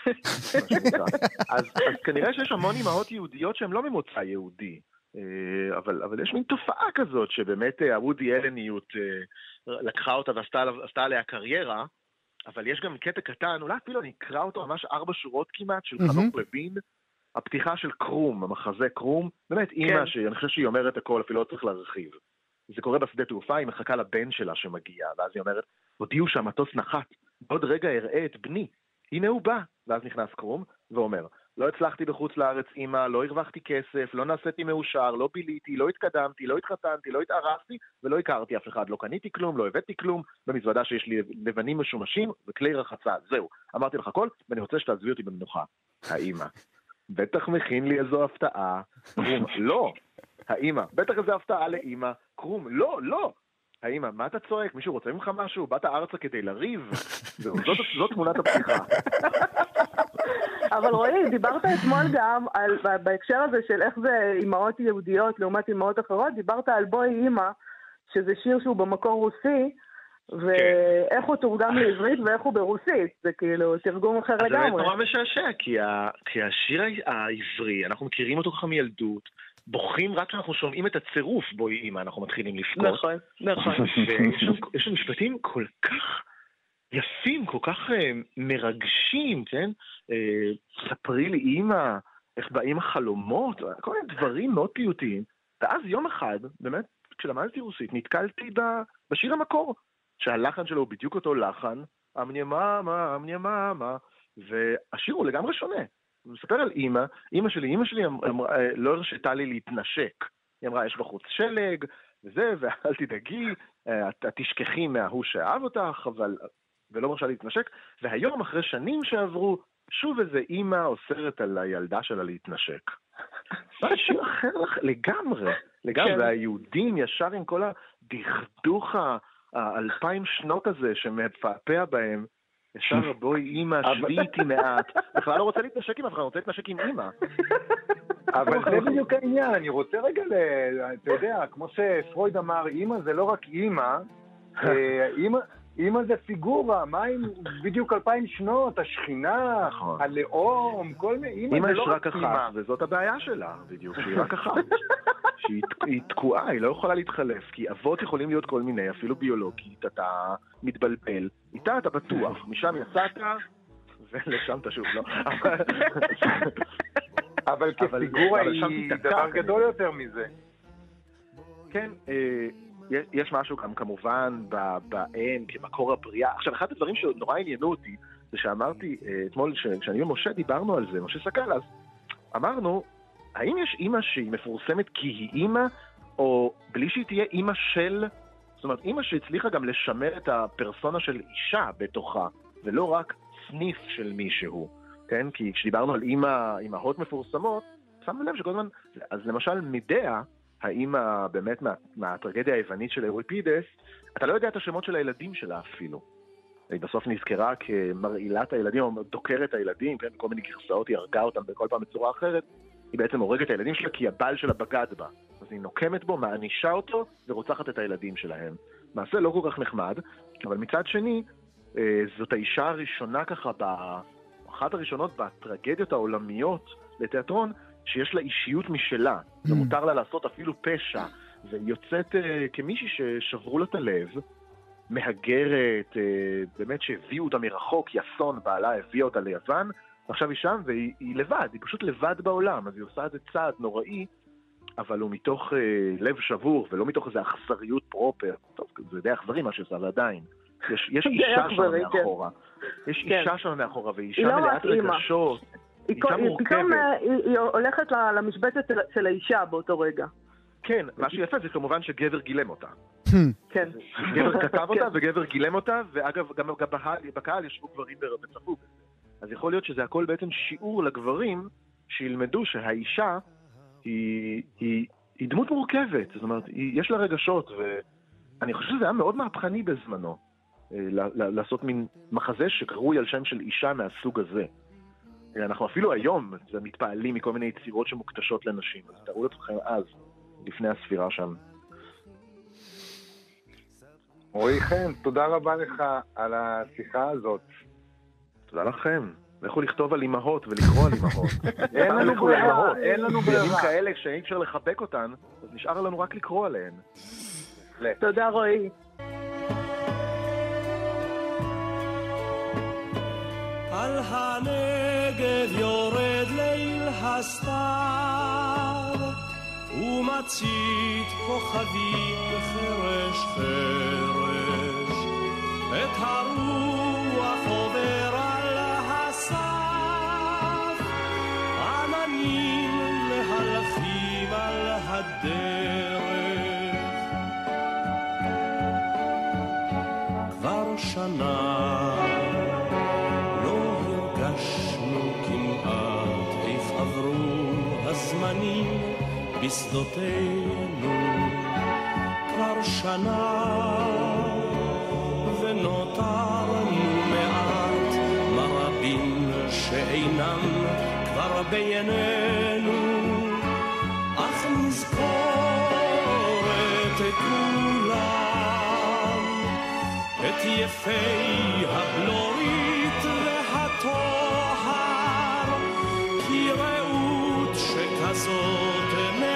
אז כנראה שיש המון אימהות יהודיות שהן לא ממוצא יהודי. אבל יש מין תופעה כזאת שבאמת הוודי אלניות לקחה אותה ועשתה עליה קריירה, אבל יש גם קטע קטן, אולי אפילו אני אקרא אותו ממש 4 שורות כמעט של חנוך לוין, הפתיחה של קרום, המחזה קרום, באמת אימא שאני חושב שהיא אומרת הכל, אפילו לא צריך להרחיב. זה קורה בשדה תעופה, היא מחכה לבן שלה שמגיע, ואז היא אומרת, הודיעו שהמטוס נחת, בעוד רגע אראה את בני, הנה הוא בא, ואז נכנס קרום ואומר, לא הצלחתי בחוץ לארץ אימא, לא הרווחתי כסף, לא נעשיתי מאושר, לא ביליתי, לא התקדמתי, לא התחתנתי, לא התארחתי ולא הכרתי אף אחד, לא קניתי כלום, לא הבאתי כלום, במזוודה שיש לי לבנים משומשים וכלי רחצה, זהו, אמרתי לך הכל ואני רוצה שתעזבי אותי במנוחה. האימא, בטח מכין לי איזו הפתעה. קרום, לא. האימא, בטח איזו הפתעה לאימא. קרום, לא, לא. האימא, מה אתה צועק? מישהו רוצה ממך משהו? באת ארצה כדי לריב? זאת תמונת הפתיחה. אבל רועי, דיברת אתמול גם בהקשר הזה של איך זה אימהות יהודיות לעומת אימהות אחרות, דיברת על בואי אימא, שזה שיר שהוא במקור רוסי, ואיך הוא תורגם לעברית ואיך הוא ברוסית, זה כאילו תרגום אחר לגמרי. זה באמת נורא משעשע, כי השיר העברי, אנחנו מכירים אותו ככה מילדות, בוכים רק כשאנחנו שומעים את הצירוף בואי אימא, אנחנו מתחילים לבכות. נכון, נכון. ויש שם משפטים כל כך יפים, כל כך מרגשים, כן? ספרי לי אימא, איך באים החלומות, כל מיני דברים מאוד פיוטיים. ואז יום אחד, באמת, כשלמדתי רוסית, נתקלתי בשיר המקור, שהלחן שלו הוא בדיוק אותו לחן, אמניה מאמה, והשיר הוא לגמרי שונה. הוא מספר על אימא שלי לא הרשתה לי להתנשק. היא אמרה, יש בחוץ שלג, וזה, ואל תדאגי, את תשכחי מההוא שאהב אותך, ולא מרשה להתנשק, והיום אחרי שנים שעברו, שוב איזה אימא אוסרת על הילדה שלה להתנשק. זה שיר אחר לגמרי, והיהודים ישר עם כל הדכדוך 2000 שנות הזה שמפעפע בהם, ישר בואי אימא, שבי איתי מעט, בכלל לא רוצה להתנשק עם אף אחד, רוצה להתנשק עם אימא. אבל זה בדיוק העניין, אני רוצה רגע, אתה יודע, כמו שפרויד אמר, אימא זה לא רק אימא, אימא זה פיגורה, מה עם בדיוק 2000 שנות, השכינה, הלאום, כל מיני, אימא יש רק אחת, וזאת הבעיה שלה, בדיוק, שהיא רק אחת. שהיא תקועה, היא לא יכולה להתחלף, כי אבות יכולים להיות כל מיני, אפילו ביולוגית, אתה מתבלבל, איתה אתה בטוח, משם יצאת, ולשם אתה שוב, לא. אבל כפיגורה היא דבר גדול יותר מזה. כן, יש משהו גם כמובן באם, כמקור הבריאה. עכשיו, אחד הדברים שנורא עניינו אותי, זה שאמרתי אתמול, כשאני ומשה דיברנו על זה, משה סקל, אז אמרנו, האם יש אימא שהיא מפורסמת כי היא אימא, או בלי שהיא תהיה אימא של, זאת אומרת, אימא שהצליחה גם לשמר את הפרסונה של אישה בתוכה, ולא רק סניף של מישהו, כן? כי כשדיברנו על אימהות מפורסמות, שמנו לב שכל הזמן, אז למשל מדעה, האימא באמת מהטרגדיה היוונית של אוריפידס, אתה לא יודע את השמות של הילדים שלה אפילו. היא בסוף נזכרה כמרעילת הילדים, או דוקרת הילדים, כן? כל מיני גרסאות, היא הרגה אותם בכל פעם בצורה אחרת, היא בעצם הורגת את הילדים שלה כי הבעל שלה בגד בה. אז היא נוקמת בו, מענישה אותו, ורוצחת את הילדים שלהם. מעשה לא כל כך נחמד, אבל מצד שני, זאת האישה הראשונה ככה, אחת הראשונות בטרגדיות העולמיות לתיאטרון, שיש לה אישיות משלה, ומותר לה לעשות אפילו פשע, ויוצאת כמישהי ששברו לה את הלב, מהגרת, באמת שהביאו אותה מרחוק, יסון בעלה הביאה אותה ליוון, ועכשיו היא שם והיא לבד, היא פשוט לבד בעולם, אז היא עושה את זה צעד נוראי, אבל הוא מתוך לב שבור, ולא מתוך איזו אכזריות פרופר. טוב, זה די אכזרי מה שעושה, ועדיין. יש אישה שם מאחורה. יש אישה שם מאחורה, ואישה מלאת רגשות. אישה מורכבת. פתאום היא הולכת למשבצת של האישה באותו רגע. כן, מה שיפה זה כמובן שגבר גילם אותה. כן. גבר כתב אותה וגבר גילם אותה, ואגב, גם בקהל ישבו גברים וצפו בזה. אז יכול להיות שזה הכל בעצם שיעור לגברים שילמדו שהאישה היא דמות מורכבת, זאת אומרת, יש לה רגשות, ואני חושב שזה היה מאוד מהפכני בזמנו, לעשות מין מחזה שקרוי על שם של אישה מהסוג הזה. אנחנו אפילו היום מתפעלים מכל מיני יצירות שמוקדשות לנשים, אז תראו לכם אז, לפני הספירה שם. רועי חן, תודה רבה לך על השיחה הזאת. תודה לכם. לכו לכתוב על אמהות ולקרוא על אמהות. אין לנו ברירה, אין לנו ברירה. בימים כאלה שאי אפשר לחבק אותן, אז נשאר לנו רק לקרוא עליהן. תודה רועי. על הנגב יורד ליל הסתיו, ומצית כוכבים חרש חרש, את הרוח עובר על הסף, עננים מהלכים על הדרך. כבר שנה לא הרגשנו כמעט איך עברו הזמנים בשדותינו. כבר שנה ונותרנו מעט מרבים שאינם כבר בעינינו, אך נזכור את כולם, את יפי הבלורית והטוהר, כי רעות שכזאת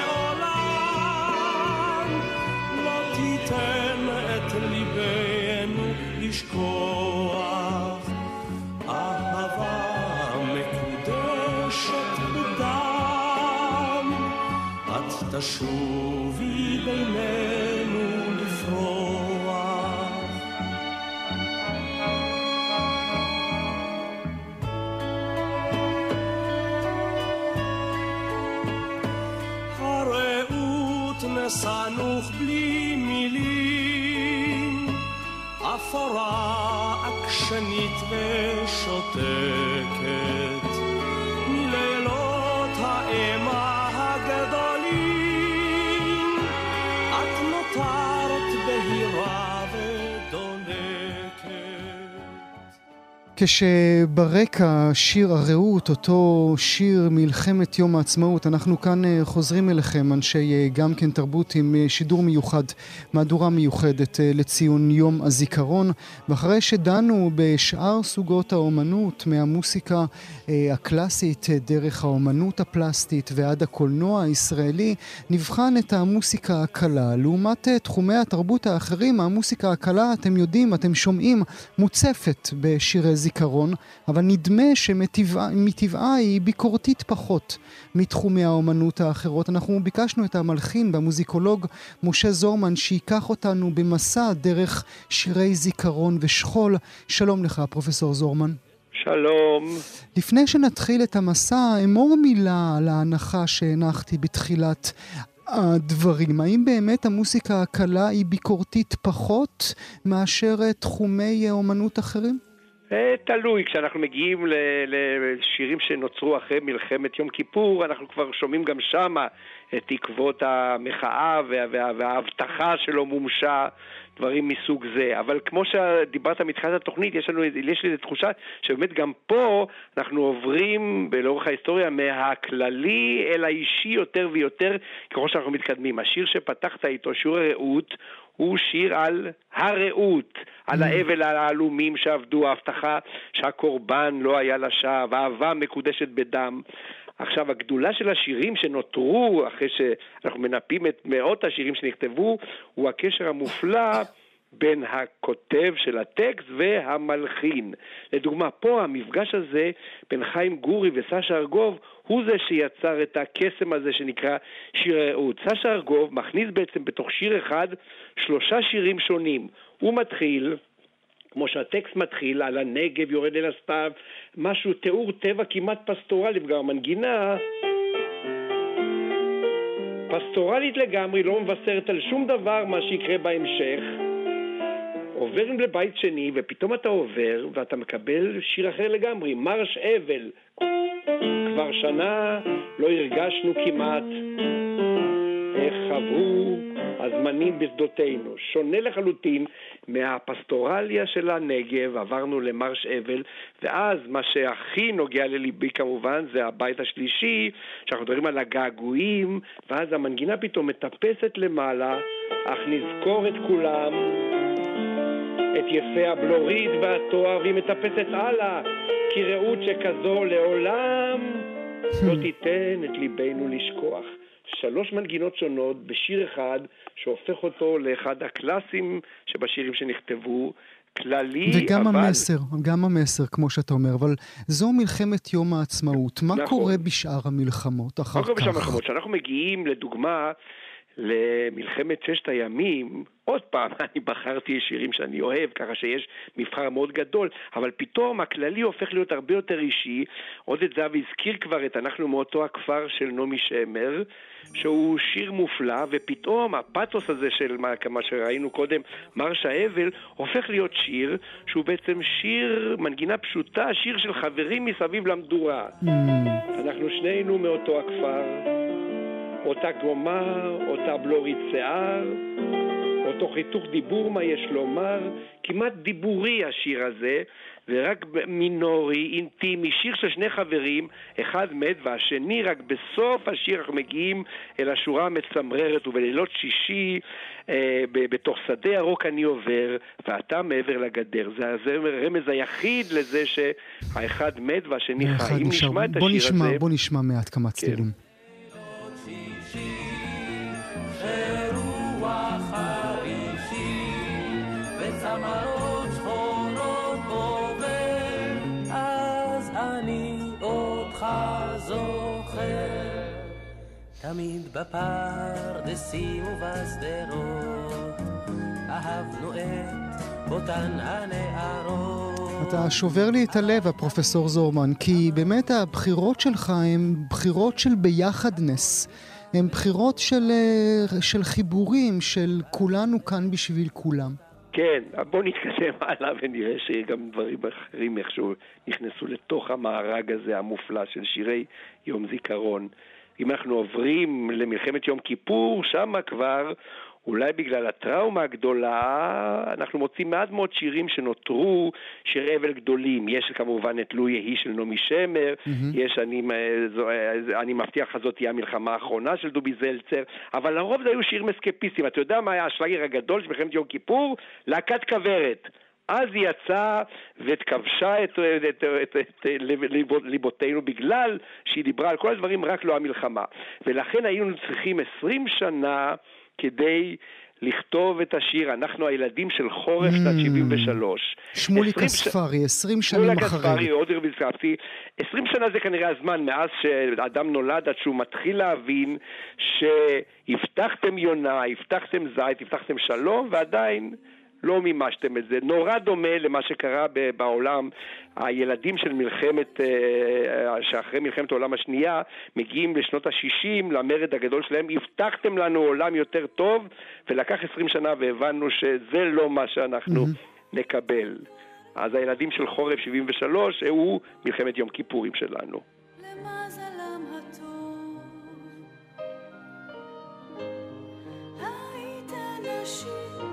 מעולם לא תיתן את ליבנו לשכוח. אהבה מקודשת בדם, את תשובי בינינו לפרוח. הרעות נסנוך בלי מילים, אפורה עקשנית ושותקת, מלילות האימה הגדולים, את נותרת בהירה ודולקת. כשברקע שיר הרעות, אותו שיר מלחמת יום העצמאות, אנחנו כאן חוזרים אליכם, אנשי גם כן תרבות, עם שידור מיוחד, מהדורה מיוחדת לציון יום הזיכרון. ואחרי שדנו בשאר סוגות האומנות, מהמוסיקה הקלאסית דרך האומנות הפלסטית ועד הקולנוע הישראלי, נבחן את המוסיקה הקלה. לעומת תחומי התרבות האחרים, המוסיקה הקלה, אתם יודעים, אתם שומעים, מוצפת בשירי זיכרון, אבל נדמה שמטבעה היא ביקורתית פחות מתחומי האומנות האחרות. אנחנו ביקשנו את המלחין והמוזיקולוג משה זורמן שיקח אותנו במסע דרך שירי זיכרון ושכול. שלום לך פרופסור זורמן. שלום. לפני שנתחיל את המסע, אמור מילה על ההנחה שהנחתי בתחילת הדברים. האם באמת המוסיקה הקלה היא ביקורתית פחות מאשר תחומי אומנות אחרים? תלוי, כשאנחנו מגיעים לשירים שנוצרו אחרי מלחמת יום כיפור, אנחנו כבר שומעים גם שמה את תקוות המחאה וההבטחה שלא מומשה, דברים מסוג זה. אבל כמו שדיברת מתחילת התוכנית, יש לי תחושה שבאמת גם פה אנחנו עוברים לאורך ההיסטוריה מהכללי אל האישי יותר ויותר ככל שאנחנו מתקדמים. השיר שפתחת איתו, שיר הרעות, הוא שיר על הרעות, על האבל, על העלומים שעבדו, ההבטחה שהקורבן לא היה לשווא, האהבה מקודשת בדם. עכשיו, הגדולה של השירים שנותרו, אחרי שאנחנו מנפים את מאות השירים שנכתבו, הוא הקשר המופלא בין הכותב של הטקסט והמלחין. לדוגמה, פה המפגש הזה בין חיים גורי וסשה ארגוב, הוא זה שיצר את הקסם הזה שנקרא שיר הרעות. סשה ארגוב מכניס בעצם בתוך שיר אחד 3 שירים שונים. הוא מתחיל, כמו שהטקסט מתחיל, על הנגב יורד אל הסתיו, משהו, תיאור טבע כמעט פסטורלי, וגם המנגינה פסטורלית לגמרי, לא מבשרת על שום דבר מה שיקרה בהמשך. עוברים לבית שני, ופתאום אתה עובר, ואתה מקבל שיר אחר לגמרי, מרש אבל. כבר שנה לא הרגשנו כמעט איך עברו הזמנים בשדותינו. שונה לחלוטין מהפסטורליה של הנגב, עברנו למרש אבל, ואז מה שהכי נוגע לליבי כמובן זה הבית השלישי, שאנחנו מדברים על הגעגועים, ואז המנגינה פתאום מטפסת למעלה, אך נזכור את כולם, את יפי הבלורית והתואר, והיא מטפסת הלאה, כי ראות שכזו לעולם לא תיתן את ליבנו לשכוח. 3 מנגינות שונות בשיר אחד, שהופך אותו לאחד הקלאסים שבשירים שנכתבו, כללי, וגם אבל... גם המסר, כמו שאתה אומר, אבל זו מלחמת יום העצמאות. מה קורה בשאר המלחמות אחר כך? כשאנחנו מגיעים, לדוגמה, למלחמת 6 הימים, עוד פעם, אני בחרתי שירים שאני אוהב, ככה שיש מבחר מאוד גדול, אבל פתאום הכללי הופך להיות הרבה יותר אישי. עודד זהבי הזכיר כבר את אנחנו מאותו הכפר של נעמי שמר, שהוא שיר מופלא, ופתאום הפאתוס הזה של מה שראינו קודם, מרש האבל, הופך להיות שיר, שהוא בעצם שיר, מנגינה פשוטה, שיר של חברים מסביב למדורה. אנחנו שנינו מאותו הכפר, אותה גומה, אותה בלורית שיער, אותו חיתוך דיבור, מה יש לומר, כמעט דיבורי השיר הזה, ורק מינורי, אינטימי, שיר של 2 חברים, אחד מת והשני, רק בסוף השיר אנחנו מגיעים אל השורה המצמררת, ובלילות שישי, בתוך שדה ירוק אני עובר, ואתה מעבר לגדר. זה הרמז היחיד לזה שהאחד מת והשני חי. אם נשמע את השיר הזה... בוא נשמע מעט כמה צלילים. צמרות שחורות עובר, אז אני אותך זוכר. תמיד בפרדסים ובשדרות אהבנו את אותן הנערות. אתה שובר לי את הלב, הפרופסור זורמן, כי באמת הבחירות שלך הן בחירות של ביחדנס. הן בחירות של חיבורים, של כולנו כאן בשביל כולם. כן, בוא נתקדם הלאה ונראה שגם דברים אחרים איכשהו נכנסו לתוך המארג הזה המופלא של שירי יום זיכרון. אם אנחנו עוברים למלחמת יום כיפור, שם כבר, אולי בגלל הטראומה הגדולה, אנחנו מוצאים מעט מאוד שירים שנותרו, שיר אבל גדולים. יש כמובן את לו יהי של נעמי שמר, יש אני מבטיח לך זאת תהיה המלחמה האחרונה של דובי זלצר, אבל לרוב זה היו שירים אסקפיסטיים. אתה יודע מה היה השלגר הגדול של מלחמת יום כיפור? להקת כוורת. אז היא יצאה וכבשה את ליבותינו בגלל שהיא דיברה על כל הדברים, רק לא המלחמה. ולכן היינו צריכים 20 שנה כדי לכתוב את השיר, אנחנו הילדים של חורף שנת 73. שמוליק אספרי, 20 שנים אחרי. 20 שנה זה כנראה הזמן מאז שאדם נולד עד שהוא מתחיל להבין שהבטחתם יונה, הבטחתם זית, הבטחתם שלום, ועדיין לא מימשתם את זה. נורא דומה למה שקרה בעולם. הילדים של מלחמת, שאחרי מלחמת העולם השנייה, מגיעים לשנות ה-60, למרד הגדול שלהם, הבטחתם לנו עולם יותר טוב, ולקח 20 שנה והבנו שזה לא מה שאנחנו נקבל. אז הילדים של חורף 73, הוא מלחמת יום כיפורים שלנו. למזלם הטוב, היית נשים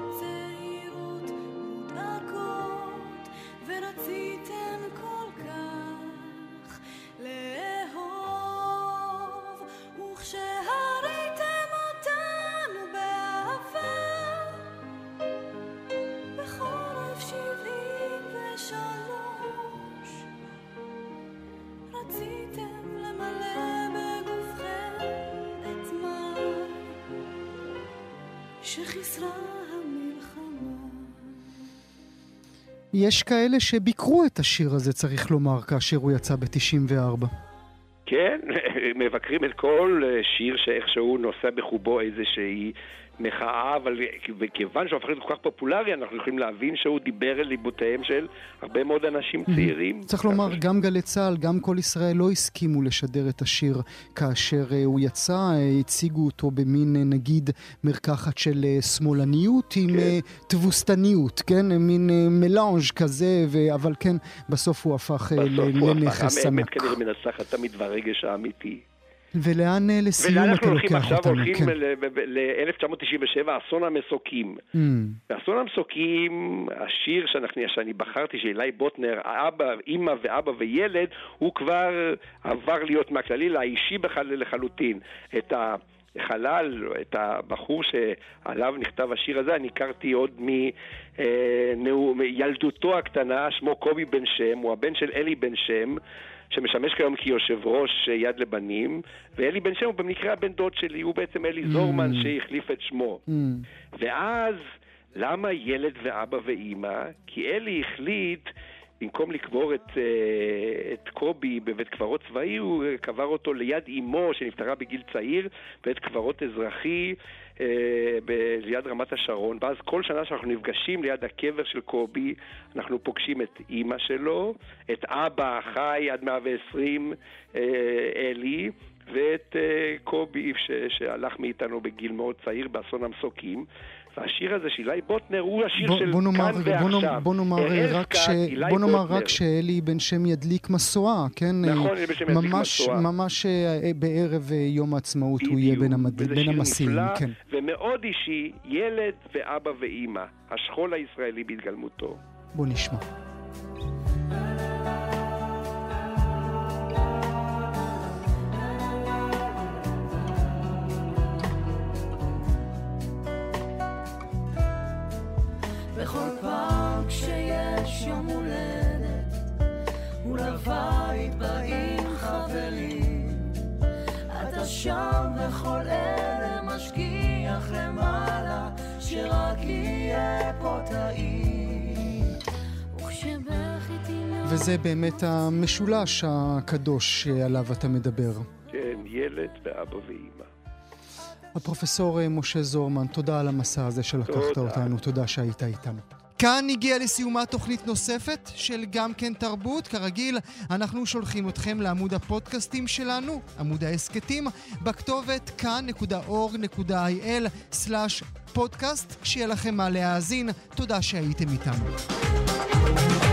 ורציתם כל כך לאהוב, וכשהריתם אותנו באהבה בחורף 73 רציתם למלא שחיסרה המלחמה. יש כאלה שביקרו את השיר הזה, צריך לומר, כאשר הוא יצא ב-94. כן, מבקרים את כל שיר שאיכשהו נושא בחובו איזושהי מחאה, אבל כיוון שהוא הפך להיות כל כך פופולרי, אנחנו יכולים להבין שהוא דיבר אל ליבותיהם של הרבה מאוד אנשים צעירים. צריך לומר, גם גלי צה"ל, גם כל ישראל לא הסכימו לשדר את השיר כאשר הוא יצא, הציגו אותו במין, נגיד, מרקחת של שמאלניות עם תבוסתניות, כן? מין מלאנג' כזה, אבל כן, בסוף הוא הפך לנכס ענק. האמת כנראה מנצחת תמיד והרגש האמיתי. ולאן לסיום אתה לוקח אותנו? הולכים ל-1997, אסון המסוקים. באסון המסוקים, השיר שאני בחרתי, של אילי בוטנר, אמא ואבא וילד, הוא כבר עבר להיות מהכללי לאישי לחלוטין. את החלל, את הבחור שעליו נכתב השיר הזה, אני הכרתי עוד מילדותו הקטנה, שמו קובי בן שם, הוא הבן של אלי בן שם, שמשמש כיום כיושב ראש יד לבנים, ואלי בן שם הוא במקרה הבן דוד שלי, הוא בעצם אלי זורמן שהחליף את שמו. ואז, למה ילד ואבא ואמא? כי אלי החליט, במקום לקבור את קובי בבית קברות צבאי, הוא קבר אותו ליד אמו שנפטרה בגיל צעיר, בית קברות אזרחי ליד רמת השרון. ואז כל שנה שאנחנו נפגשים ליד הקבר של קובי, אנחנו פוגשים את אמא שלו, את אבא החי עד 120, אלי, ואת קובי שהלך מאיתנו בגיל מאוד צעיר באסון המסוקים. והשיר הזה של אילי בוטנר הוא השיר של כאן ועכשיו. בוא נאמר רק שאלי בן שם ידליק מסועה, כן? נכון, אלי בן שם ידליק מסועה. ממש בערב יום העצמאות הוא יהיה בין המסיעים. ומאוד אישי, ילד ואבא ואמא, השכול הישראלי בהתגלמותו. בוא נשמע. בכל פעם כשיש יום הולדת ולבית באים חברים, אתה שם וכל אלה משגיח למעלה שרק יהיה פה טעים. וזה באמת המשולש הקדוש שעליו אתה מדבר. כן, ילד ואבא ואמא. הפרופסור משה זורמן, תודה על המסע הזה שלקחת אותנו, תודה שהיית איתנו. כאן הגיעה לסיומה תוכנית נוספת של גם כן תרבות. כרגיל, אנחנו שולחים אתכם לעמוד הפודקאסטים שלנו, עמוד העסקתים, בכתובת כאן.org.il/podcast. כשיהיה לכם מה להאזין, תודה שהייתם איתנו.